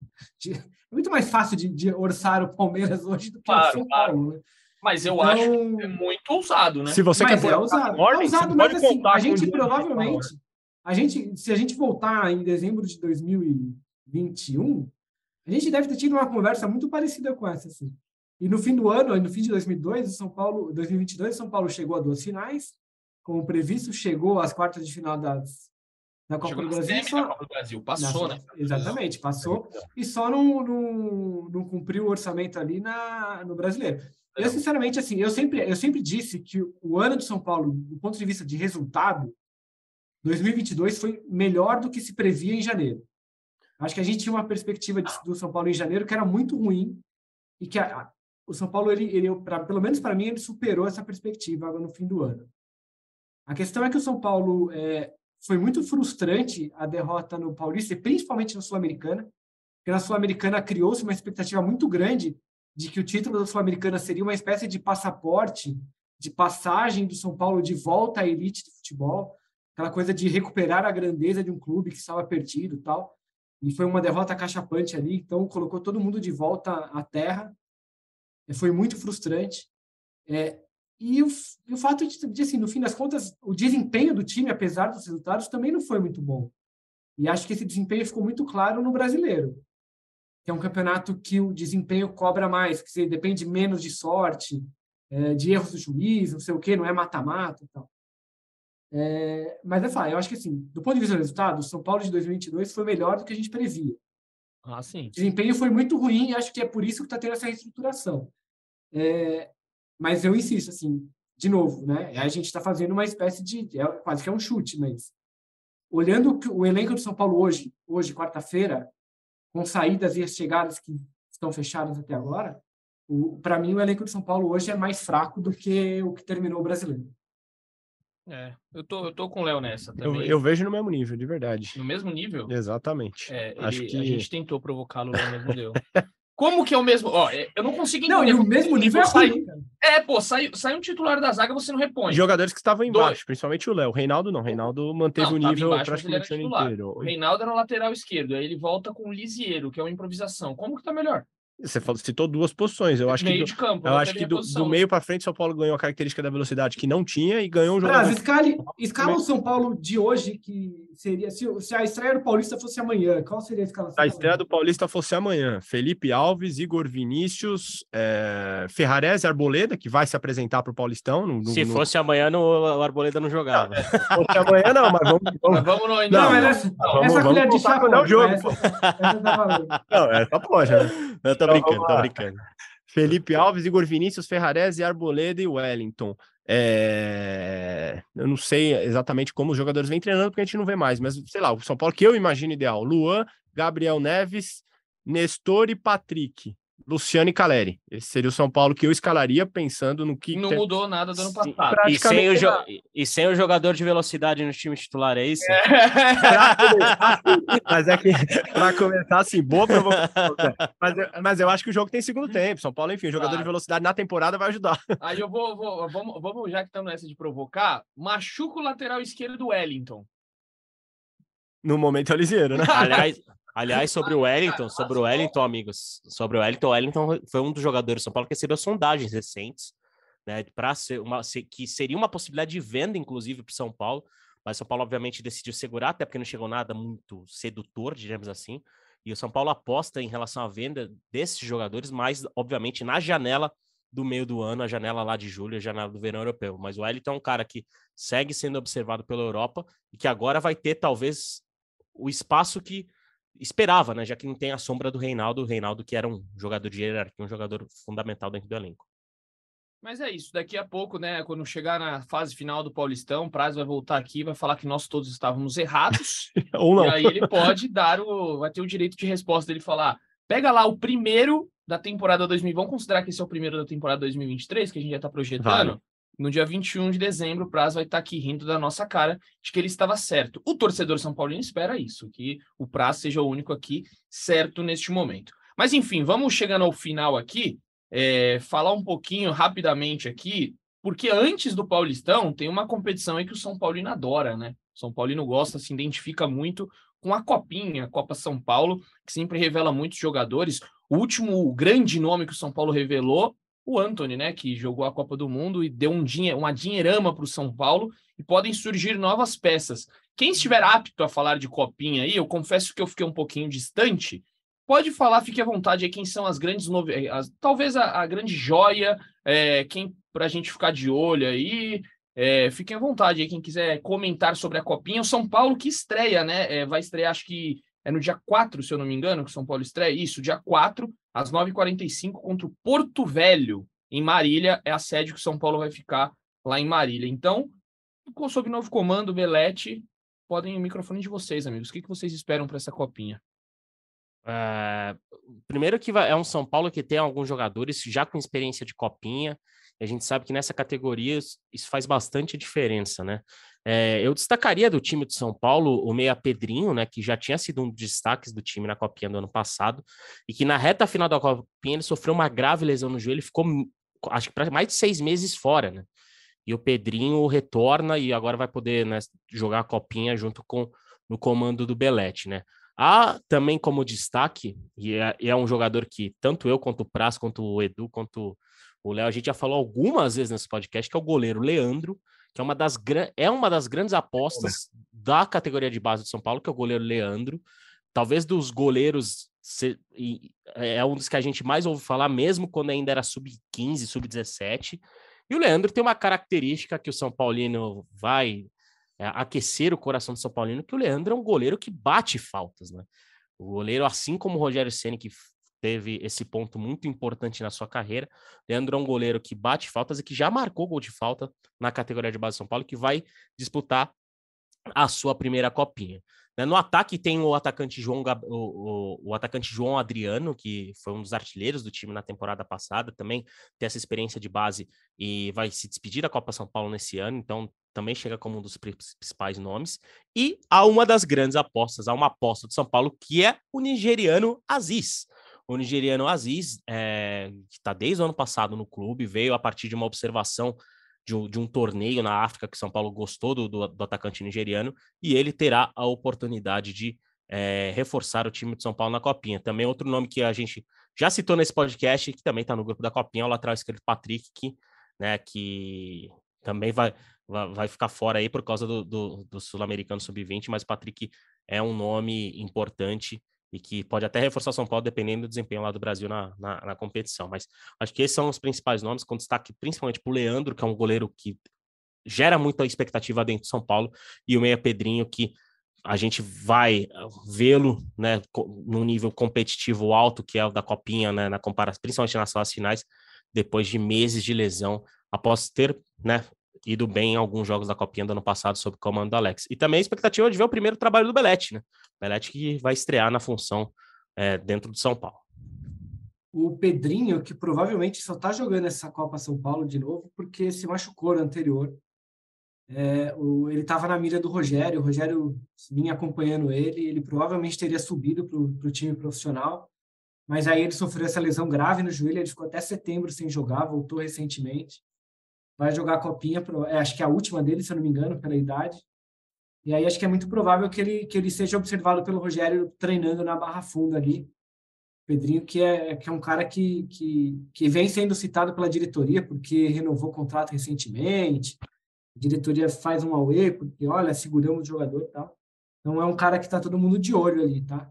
fácil de orçar o Palmeiras hoje do que o São Paulo, né? Mas eu acho que é muito ousado, né? Se você quer é ousado, mas assim, a gente provavelmente, se a gente voltar em dezembro de 2021, a gente deve ter tido uma conversa muito parecida com essa, assim. E no fim do ano, no fim de 2022, o São Paulo chegou a 2 finais, como previsto, chegou às quartas de final da Copa do Brasil. Copa do Brasil. Passou, né? Exatamente, passou. E só não cumpriu o orçamento ali no Brasileiro. Eu, sinceramente, assim, eu sempre disse que o ano de São Paulo, do ponto de vista de resultado, 2022 foi melhor do que se previa em janeiro. Acho que a gente tinha uma perspectiva do São Paulo em janeiro que era muito ruim e que o São Paulo, pelo menos para mim, ele superou essa perspectiva no fim do ano. A questão é que o São Paulo foi muito frustrante a derrota no Paulista, e principalmente na Sul-Americana, porque na Sul-Americana criou-se uma expectativa muito grande de que o título da Sul-Americana seria uma espécie de passaporte, de passagem do São Paulo de volta à elite do futebol, aquela coisa de recuperar a grandeza de um clube que estava perdido e tal. E foi uma derrota cachapante ali, então colocou todo mundo de volta à terra. Foi muito frustrante. E o fato de, assim, no fim das contas, o desempenho do time, apesar dos resultados, também não foi muito bom. E acho que esse desempenho ficou muito claro no Brasileiro, que é um campeonato que o desempenho cobra mais, que você depende menos de sorte, de erros do juiz, não sei o quê, não é mata-mata e tal. Mas eu acho que, assim, do ponto de vista do resultado, o São Paulo de 2022 foi melhor do que a gente previa. Sim. O desempenho foi muito ruim e acho que é por isso que está tendo essa reestruturação. Mas eu insisto, assim, de novo, né? A gente está fazendo uma espécie de... quase que é um chute, mas... Olhando o elenco do São Paulo hoje, quarta-feira, com saídas e chegadas que estão fechadas até agora, para mim o elenco do São Paulo hoje é mais fraco do que o que terminou o Brasileiro. Eu tô com o Léo nessa também. Eu vejo no mesmo nível, de verdade. No mesmo nível? Exatamente. Acho que a gente tentou provocá-lo, o Léo mesmo deu. Como que é o mesmo? Eu não consigo entender. Não, e o mesmo nível é ruim. Sai um titular da zaga, você não repõe. Jogadores que estavam embaixo, principalmente o Léo. O Reinaldo não. O Reinaldo manteve o nível praticamente o ano inteiro. O Reinaldo era no lateral esquerdo, aí ele volta com o Lisieiro, que é uma improvisação. Como que tá melhor? Você citou 2 posições. Eu acho meio que de campo, eu acho que do meio para frente, o São Paulo ganhou a característica da velocidade que não tinha e ganhou um jogador. Escala o São Paulo de hoje, que seria se a estreia do Paulista fosse amanhã, qual seria a escalação? Se a estreia do Paulista fosse amanhã, Felipe Alves, Igor Vinícius, Ferrarese e Arboleda, que vai se apresentar para o Paulistão. Se fosse amanhã, o Arboleda não jogava. Se fosse amanhã, não, mas vamos. Mas vamos no não, mas essa colher de chá não jogo. Essa tá valendo. Não, essa pode, né? Tô brincando. Felipe Alves, Igor Vinícius, Ferrarese, Arboleda e Wellington. Eu não sei exatamente como os jogadores vêm treinando, porque a gente não vê mais, mas sei lá, o São Paulo que eu imagino ideal: Luan, Gabriel Neves, Nestor e Patrick, Luciano e Caleri. Esse seria o São Paulo que eu escalaria pensando no que... Não mudou nada do ano passado. E sem o jogador de velocidade no time titular, é isso? Mas é que, pra começar assim, boa provocação. Mas eu acho que o jogo tem segundo tempo. São Paulo, enfim, o jogador de velocidade na temporada vai ajudar. Aí eu vamos, já que estamos nessa de provocar, machuca o lateral esquerdo do Wellington. No momento é o Lisieiro, né? Aliás, sobre o Wellington, amigos, o Wellington foi um dos jogadores do São Paulo que recebeu sondagens recentes, né, que seria uma possibilidade de venda, inclusive, para o São Paulo, mas o São Paulo, obviamente, decidiu segurar, até porque não chegou nada muito sedutor, digamos assim, e o São Paulo aposta em relação à venda desses jogadores, mas, obviamente, na janela do meio do ano, a janela lá de julho, a janela do verão europeu. Mas o Wellington é um cara que segue sendo observado pela Europa e que agora vai ter, talvez, o espaço que esperava, né? Já que não tem a sombra do Reinaldo, que era um jogador de hierarquia, um jogador fundamental dentro do elenco. Mas é isso, daqui a pouco, né, quando chegar na fase final do Paulistão, o Praz vai voltar aqui e vai falar que nós todos estávamos errados. Ou não. E aí ele pode vai ter o direito de resposta dele falar, pega lá o primeiro da temporada 2020, vamos considerar que esse é o primeiro da temporada 2023, que a gente já está projetando. Vale. No dia 21 de dezembro, o Praz vai estar aqui rindo da nossa cara de que ele estava certo. O torcedor São Paulino espera isso, que o Praz seja o único aqui certo neste momento. Mas, enfim, vamos chegando ao final aqui, falar um pouquinho rapidamente aqui Porque antes do Paulistão, tem uma competição aí que o São Paulino adora, né? O São Paulino gosta, se identifica muito com a Copinha, a Copa São Paulo, que sempre revela muitos jogadores. O último grande nome que o São Paulo revelou, o Antony, né? Que jogou a Copa do Mundo e deu uma dinheirama para o São Paulo, e podem surgir novas peças. Quem estiver apto a falar de Copinha aí, eu confesso que eu fiquei um pouquinho distante, pode falar, fique à vontade aí, quem são as grandes novidades, talvez a grande joia, quem para a gente ficar de olho aí, fiquem à vontade aí, quem quiser comentar sobre a Copinha. O São Paulo que estreia, né, vai estrear, acho que é no dia 4, se eu não me engano, que o São Paulo estreia, isso, dia 4, às 9h45, contra o Porto Velho, em Marília, é a sede que o São Paulo vai ficar lá em Marília. Então, sob novo comando, Belletti, podem o microfone de vocês, amigos, o que vocês esperam para essa Copinha? Primeiro que é um São Paulo que tem alguns jogadores já com experiência de Copinha, e a gente sabe que nessa categoria isso faz bastante diferença, né? Eu destacaria do time de São Paulo o meia Pedrinho, né, que já tinha sido um dos destaques do time na Copinha do ano passado, e que na reta final da Copinha ele sofreu uma grave lesão no joelho, ele ficou, acho que para mais de 6 meses fora, né? E o Pedrinho retorna e agora vai poder, né, jogar a Copinha junto com no comando do Belletti, né? Há também como destaque, e é um jogador que tanto eu, quanto o Praz, quanto o Edu, quanto o Léo, a gente já falou algumas vezes nesse podcast, que é o goleiro Leandro, que é uma das grandes apostas da categoria de base de São Paulo, que é o goleiro Leandro. Talvez dos goleiros, é um dos que a gente mais ouve falar, mesmo quando ainda era sub-15, sub-17. E o Leandro tem uma característica que o São Paulino vai aquecer o coração do São Paulino, que o Leandro é um goleiro que bate faltas, né? O goleiro, assim como o Rogério Ceni, que teve esse ponto muito importante na sua carreira, Leandro é um goleiro que bate faltas e que já marcou gol de falta na categoria de base de São Paulo, que vai disputar a sua primeira Copinha. No ataque tem o atacante João Adriano, que foi um dos artilheiros do time na temporada passada, também tem essa experiência de base e vai se despedir da Copa São Paulo nesse ano, então também chega como um dos principais nomes. E há uma das grandes apostas, há uma aposta do São Paulo, que é o nigeriano Aziz. O nigeriano Aziz, que está desde o ano passado no clube, veio a partir de uma observação de um torneio na África que São Paulo gostou do atacante nigeriano, e ele terá a oportunidade de reforçar o time de São Paulo na Copinha. Também outro nome que a gente já citou nesse podcast, que também está no grupo da Copinha, é o lateral esquerdo Patrick, que também vai ficar fora aí por causa do Sul-Americano Sub-20, mas Patrick é um nome importante e que pode até reforçar São Paulo dependendo do desempenho lá do Brasil na competição. Mas acho que esses são os principais nomes, com destaque principalmente para o Leandro, que é um goleiro que gera muita expectativa dentro de São Paulo, e o meia Pedrinho, que a gente vai vê-lo, né, num nível competitivo alto, que é o da Copinha, né, na comparação, principalmente nas fases finais, depois de meses de lesão, após ter, né, ido bem em alguns jogos da Copinha do ano passado sob o comando do Alex. E também a expectativa de ver o primeiro trabalho do Belletti, né? Belletti que vai estrear na função dentro do São Paulo. O Pedrinho, que provavelmente só está jogando essa Copa São Paulo de novo porque se machucou no anterior. Ele estava na mira do Rogério, o Rogério vinha acompanhando ele provavelmente teria subido para o time profissional, mas aí ele sofreu essa lesão grave no joelho, ele ficou até setembro sem jogar, voltou recentemente. Vai jogar a Copinha, acho que é a última dele, se eu não me engano, pela idade. E aí acho que é muito provável que ele seja observado pelo Rogério treinando na Barra Funda ali. Pedrinho, que é um cara que vem sendo citado pela diretoria, porque renovou o contrato recentemente. A diretoria faz um auê, porque, olha, seguramos o jogador e tal. Então é um cara que está todo mundo de olho ali, tá?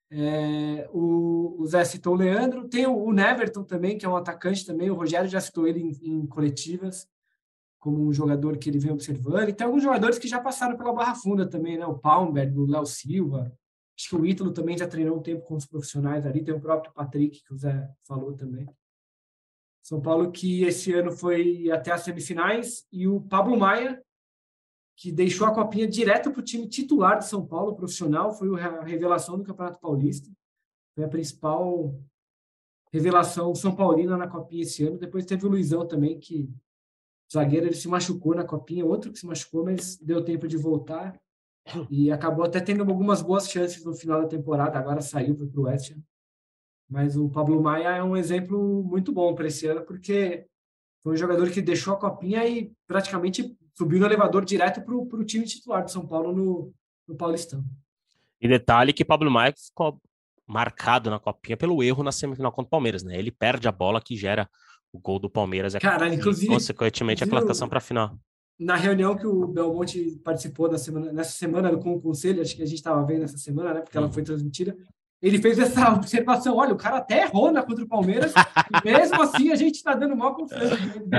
O Zé citou o Leandro, tem o Neverton também, que é um atacante também, o Rogério já citou ele em coletivas, como um jogador que ele vem observando, e tem alguns jogadores que já passaram pela Barra Funda também, né? O Palmberg, o Léo Silva, acho que o Ítalo também já treinou um tempo com os profissionais ali, tem o próprio Patrick, que o Zé falou também. São Paulo que esse ano foi até as semifinais, e o Pablo Maia, que deixou a Copinha direto para o time titular de São Paulo, profissional, foi a revelação do Campeonato Paulista. Foi a principal revelação São Paulina na Copinha esse ano. Depois teve o Luizão também, que zagueiro, ele se machucou na Copinha, outro que se machucou, mas deu tempo de voltar e acabou até tendo algumas boas chances no final da temporada, agora saiu para o West Ham. Mas o Pablo Maia é um exemplo muito bom para esse ano, porque Foi um jogador que deixou a Copinha e praticamente subiu no elevador direto para o time titular de São Paulo no Paulistão. E detalhe que Pablo Maia ficou marcado na Copinha pelo erro na semifinal contra o Palmeiras, né? Ele perde a bola que gera o gol do Palmeiras. Cara, inclusive, consequentemente, a classificação para a final. Na reunião que o Belmonte participou nessa semana com o Conselho, acho que a gente estava vendo essa semana, né? Porque ela foi transmitida. Ele fez essa observação, olha, o cara até errou contra o Palmeiras, e mesmo assim a gente está dando mal confiança.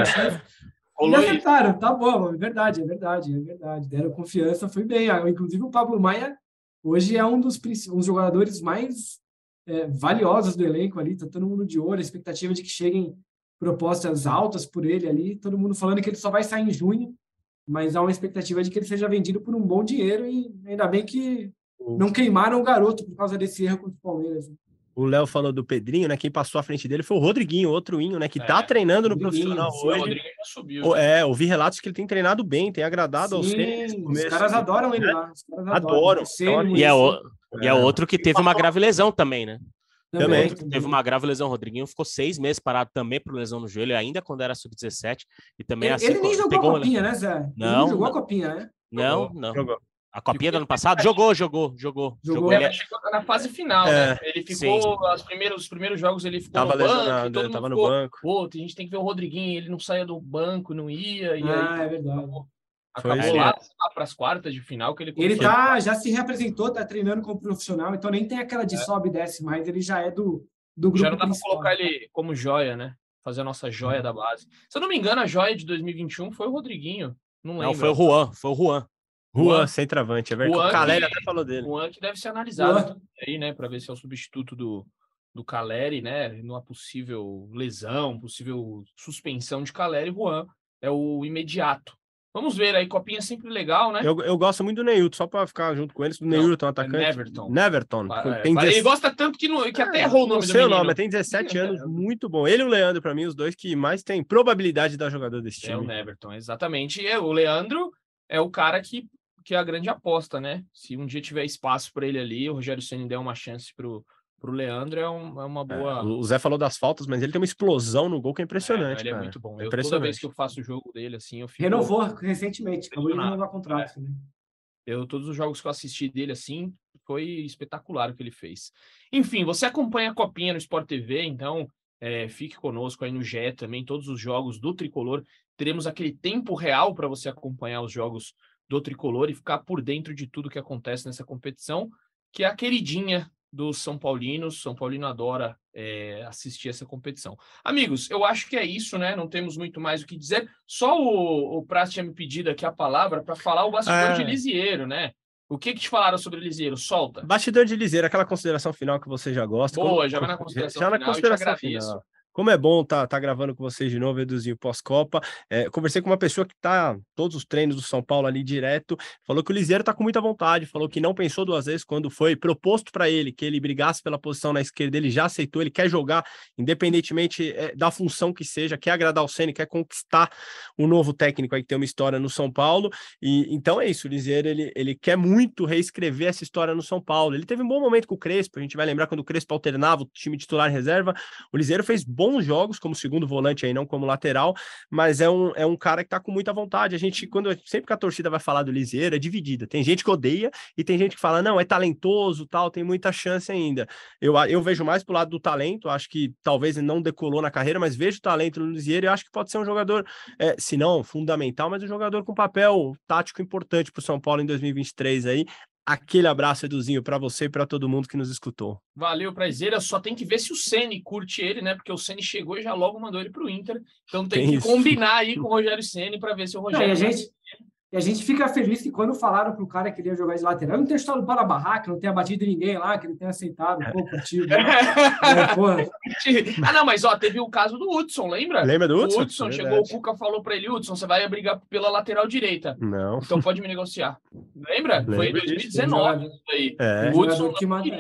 E acertaram, tá bom, é verdade. Deram confiança, foi bem. Inclusive o Pablo Maia hoje é um dos jogadores mais valiosos do elenco ali, tá todo mundo de olho, a expectativa de que cheguem propostas altas por ele ali, todo mundo falando que ele só vai sair em junho, mas há uma expectativa de que ele seja vendido por um bom dinheiro e ainda bem que não queimaram o garoto por causa desse erro contra o Palmeiras. O Léo falou do Pedrinho, né? Quem passou à frente dele foi o Rodriguinho, outro Inho, né? Que tá treinando no profissional hoje. O Rodriguinho já subiu. Ouvi relatos que ele tem treinado bem, tem agradado aos treinos. Os caras adoram ele lá. Adoram. E é outro que teve uma grave lesão também, né? Também. Teve uma grave lesão. O Rodriguinho ficou 6 meses parado também por lesão no joelho, ainda quando era sub-17. E também ele nem jogou a Copinha, né, Zé? Não. Ele não jogou a Copinha, né? Não. Jogou. A Copinha do ano passado? Jogou. Chegou na fase final, né? Ele ficou, os primeiros jogos ele ficou tava no lesionado, banco. Tava no banco. Pô, a gente tem que ver o Rodriguinho, ele não saía do banco, não ia. E aí, é verdade. Acabou lá para as quartas de final que ele começou. Ele já se reapresentou, tá treinando como profissional, então nem tem aquela de sobe e desce mais, ele já é do grupo já não dá principal. pra colocar ele como joia, né? Fazer a nossa joia da base. Se eu não me engano, a joia de 2021 foi o Rodriguinho. Não lembro. Não, foi o Juan. Juan, centroavante. É verdade. O Caleri até falou dele. Juan que deve ser analisado aí, né? Para ver se é o substituto do Caleri, né? Numa possível lesão, possível suspensão de Caleri, Juan é o imediato. Vamos ver aí, Copinha é sempre legal, né? Eu gosto muito do Neilton, só para ficar junto com eles. O Neilton, atacante. Neverton. Ele gosta tanto que até errou o nome do menino. Tem 17 anos, muito bom. Ele e o Leandro, para mim, os dois que mais têm probabilidade de dar jogador desse time. É o Neverton, exatamente. E o Leandro é o cara que é a grande aposta, né? Se um dia tiver espaço para ele ali, o Rogério Ceni der uma chance pro Leandro, é uma boa... O Zé falou das faltas, mas ele tem uma explosão no gol que é impressionante, ele cara. É muito bom. Toda vez que eu faço o jogo dele, assim, eu fico... Renovou recentemente, acabou de renovar contrato. Né? Todos os jogos que eu assisti dele, assim, foi espetacular o que ele fez. Enfim, você acompanha a Copinha no Sport TV, então fique conosco aí no GE também, todos os jogos do Tricolor. Teremos aquele tempo real para você acompanhar os jogos do Tricolor e ficar por dentro de tudo que acontece nessa competição, que é a queridinha dos São Paulinos. São Paulino adora assistir essa competição. Amigos, eu acho que é isso, né? Não temos muito mais o que dizer. Só o Praz tinha me pedido aqui a palavra para falar o bastidor de Lisieiro, né? O que te falaram sobre Lisieiro? Solta. Bastidor de Lisieiro, aquela consideração final que você já gosta. Boa, já vai na consideração final. Já na consideração final. Como é bom tá gravando com vocês de novo, Eduzinho, pós-Copa. Conversei com uma pessoa que tá todos os treinos do São Paulo ali direto, falou que o Lisieiro tá com muita vontade, falou que não pensou duas vezes quando foi proposto para ele que ele brigasse pela posição na esquerda, ele já aceitou, ele quer jogar, independentemente da função que seja, quer agradar o Ceni, quer conquistar o novo técnico aí que tem uma história no São Paulo, e então é isso, o Lisieiro, ele quer muito reescrever essa história no São Paulo. Ele teve um bom momento com o Crespo, a gente vai lembrar quando o Crespo alternava o time titular e reserva, o Lisieiro fez bons jogos como segundo volante aí, não como lateral, mas é um cara que tá com muita vontade. Sempre que a torcida vai falar do Lisieiro, é dividida. Tem gente que odeia e tem gente que fala, não, é talentoso, tal, tem muita chance ainda. Eu vejo mais pro lado do talento, acho que talvez ele não decolou na carreira, mas vejo talento no Lisieiro e acho que pode ser um jogador, se não fundamental, mas um jogador com papel tático importante pro São Paulo em 2023 aí. Aquele abraço, Eduzinho, para você e para todo mundo que nos escutou. Valeu, prazer. Só tem que ver se o Ceni curte ele, né? Porque o Ceni chegou e já logo mandou ele pro Inter. Então tem que combinar aí com o Rogério Ceni para ver se o Rogério... E a gente fica feliz que quando falaram pro cara que ele ia jogar de lateral, não tenha estado para a barraca, não tenha batido ninguém lá, que ele tenha aceitado, curtido. Não, mas teve o caso do Hudson, lembra? Lembra do Hudson? O Hudson chegou, o Cuca falou para ele, Hudson, você vai brigar pela lateral direita. Não. Então pode me negociar. Lembra? Foi em 2019. O Hudson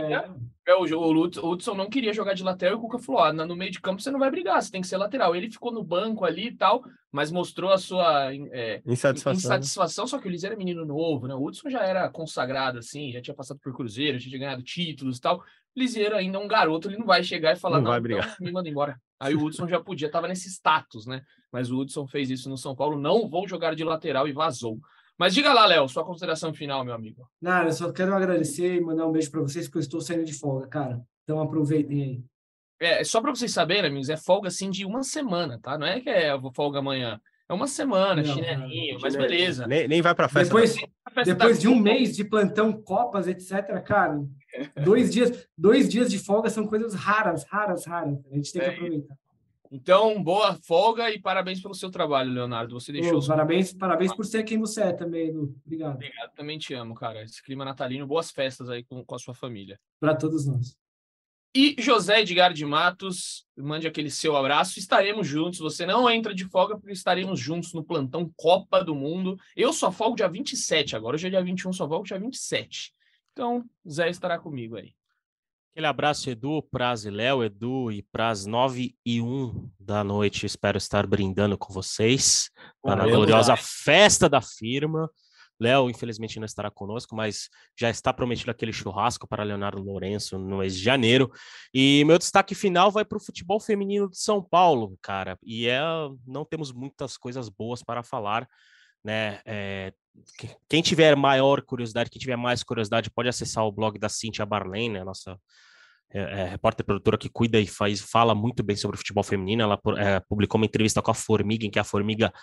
o Hudson não queria jogar de lateral e o Cuca falou, no meio de campo você não vai brigar, você tem que ser lateral. Ele ficou no banco ali e tal, mas mostrou a sua insatisfação, só que o Lisieiro é menino novo, né? O Hudson já era consagrado, assim, já tinha passado por Cruzeiro, já tinha ganhado títulos e tal. Lisieiro ainda é um garoto, ele não vai chegar e falar, não vai brigar. Então me manda embora. Aí o Hudson já podia, tava nesse status, né? Mas o Hudson fez isso no São Paulo, não vou jogar de lateral e vazou. Mas diga lá, Léo, sua consideração final, meu amigo. Nada, eu só quero agradecer e mandar um beijo para vocês, porque eu estou saindo de folga, cara. Então aproveitem aí. Só para vocês saberem, amigos, é folga assim de uma semana, tá? Não é que é folga amanhã. É uma semana, chinelinho, mas beleza. Nem vai para festa. Depois de um mês de plantão, Copas, etc., cara, 2 dias de folga são coisas raras. A gente tem que aproveitar. Então, boa folga e parabéns pelo seu trabalho, Leonardo. Você deixou... Parabéns por ser quem você é também, Edu. Obrigado. Obrigado, também te amo, cara. Esse clima natalino, boas festas aí com a sua família. Para todos nós. E José Edgar de Matos, mande aquele seu abraço. Estaremos juntos. Você não entra de folga porque estaremos juntos no plantão Copa do Mundo. Eu só folgo dia 27 agora. Hoje é dia 21, só folgo dia 27. Então, Zé estará comigo aí. Aquele abraço, Edu, Praz e Léo. Edu e Praz, 9h01 da noite. Espero estar brindando com vocês na gloriosa festa da firma. Léo, infelizmente, não estará conosco, mas já está prometido aquele churrasco para Leonardo Lourenço no mês de janeiro. E meu destaque final vai para o futebol feminino de São Paulo, cara. E não temos muitas coisas boas para falar, né? Quem tiver maior curiosidade, quem tiver mais curiosidade, pode acessar o blog da Cíntia Barlen, né? Nossa repórter produtora que cuida e fala muito bem sobre o futebol feminino. Ela publicou uma entrevista com a Formiga, em que a Formiga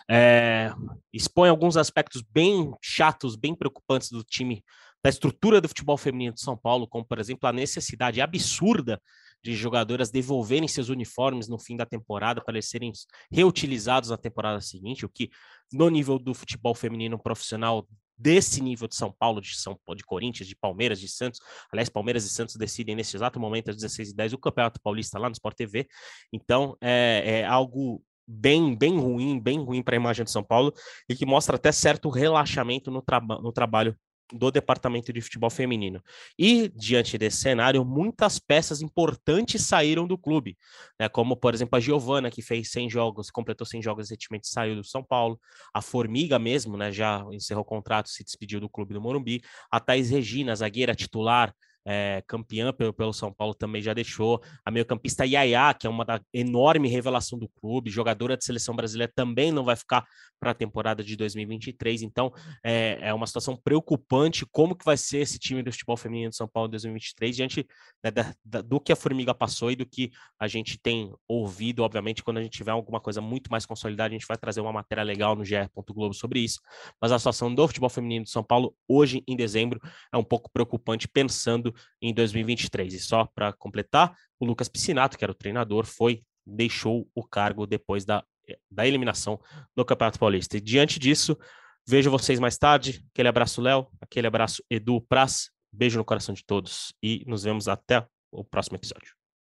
expõe alguns aspectos bem chatos, bem preocupantes do time, da estrutura do futebol feminino de São Paulo, como, por exemplo, a necessidade absurda de jogadoras devolverem seus uniformes no fim da temporada para eles serem reutilizados na temporada seguinte, o que, no nível do futebol feminino profissional desse nível de São Paulo, de Corinthians, de Palmeiras, de Santos, aliás, Palmeiras e Santos decidem nesse exato momento, às 16h10, o Campeonato Paulista lá no Sport TV, então é algo bem ruim para a imagem de São Paulo e que mostra até certo relaxamento no trabalho do departamento de futebol feminino. E, diante desse cenário, muitas peças importantes saíram do clube, né? Como, por exemplo, a Giovana, que fez 100 jogos, completou 100 jogos recentemente, saiu do São Paulo. A Formiga mesmo, né, já encerrou o contrato, se despediu do clube do Morumbi. A Thaís Regina, zagueira titular, campeã pelo São Paulo, também já deixou. A meio-campista Yaya, que é uma enorme revelação do clube, jogadora de seleção brasileira, também não vai ficar para a temporada de 2023. Então, é uma situação preocupante como que vai ser esse time do futebol feminino de São Paulo em 2023, diante, né, do que a Formiga passou e do que a gente tem ouvido. Obviamente, quando a gente tiver alguma coisa muito mais consolidada, a gente vai trazer uma matéria legal no GE.globo sobre isso. Mas a situação do futebol feminino de São Paulo, hoje, em dezembro, é um pouco preocupante, pensando em 2023. E só para completar, o Lucas Piscinato, que era o treinador, deixou o cargo depois da eliminação do Campeonato Paulista. E diante disso, vejo vocês mais tarde. Aquele abraço, Léo. Aquele abraço, Edu, Praz. Beijo no coração de todos e nos vemos até o próximo episódio.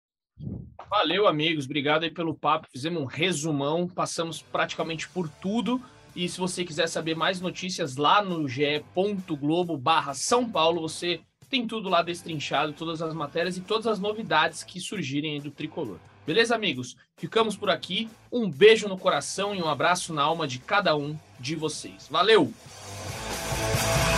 Valeu, amigos. Obrigado aí pelo papo. Fizemos um resumão, passamos praticamente por tudo. E se você quiser saber mais notícias lá no ge.globo/São Paulo, você tem tudo lá destrinchado, todas as matérias e todas as novidades que surgirem aí do Tricolor. Beleza, amigos? Ficamos por aqui. Um beijo no coração e um abraço na alma de cada um de vocês. Valeu!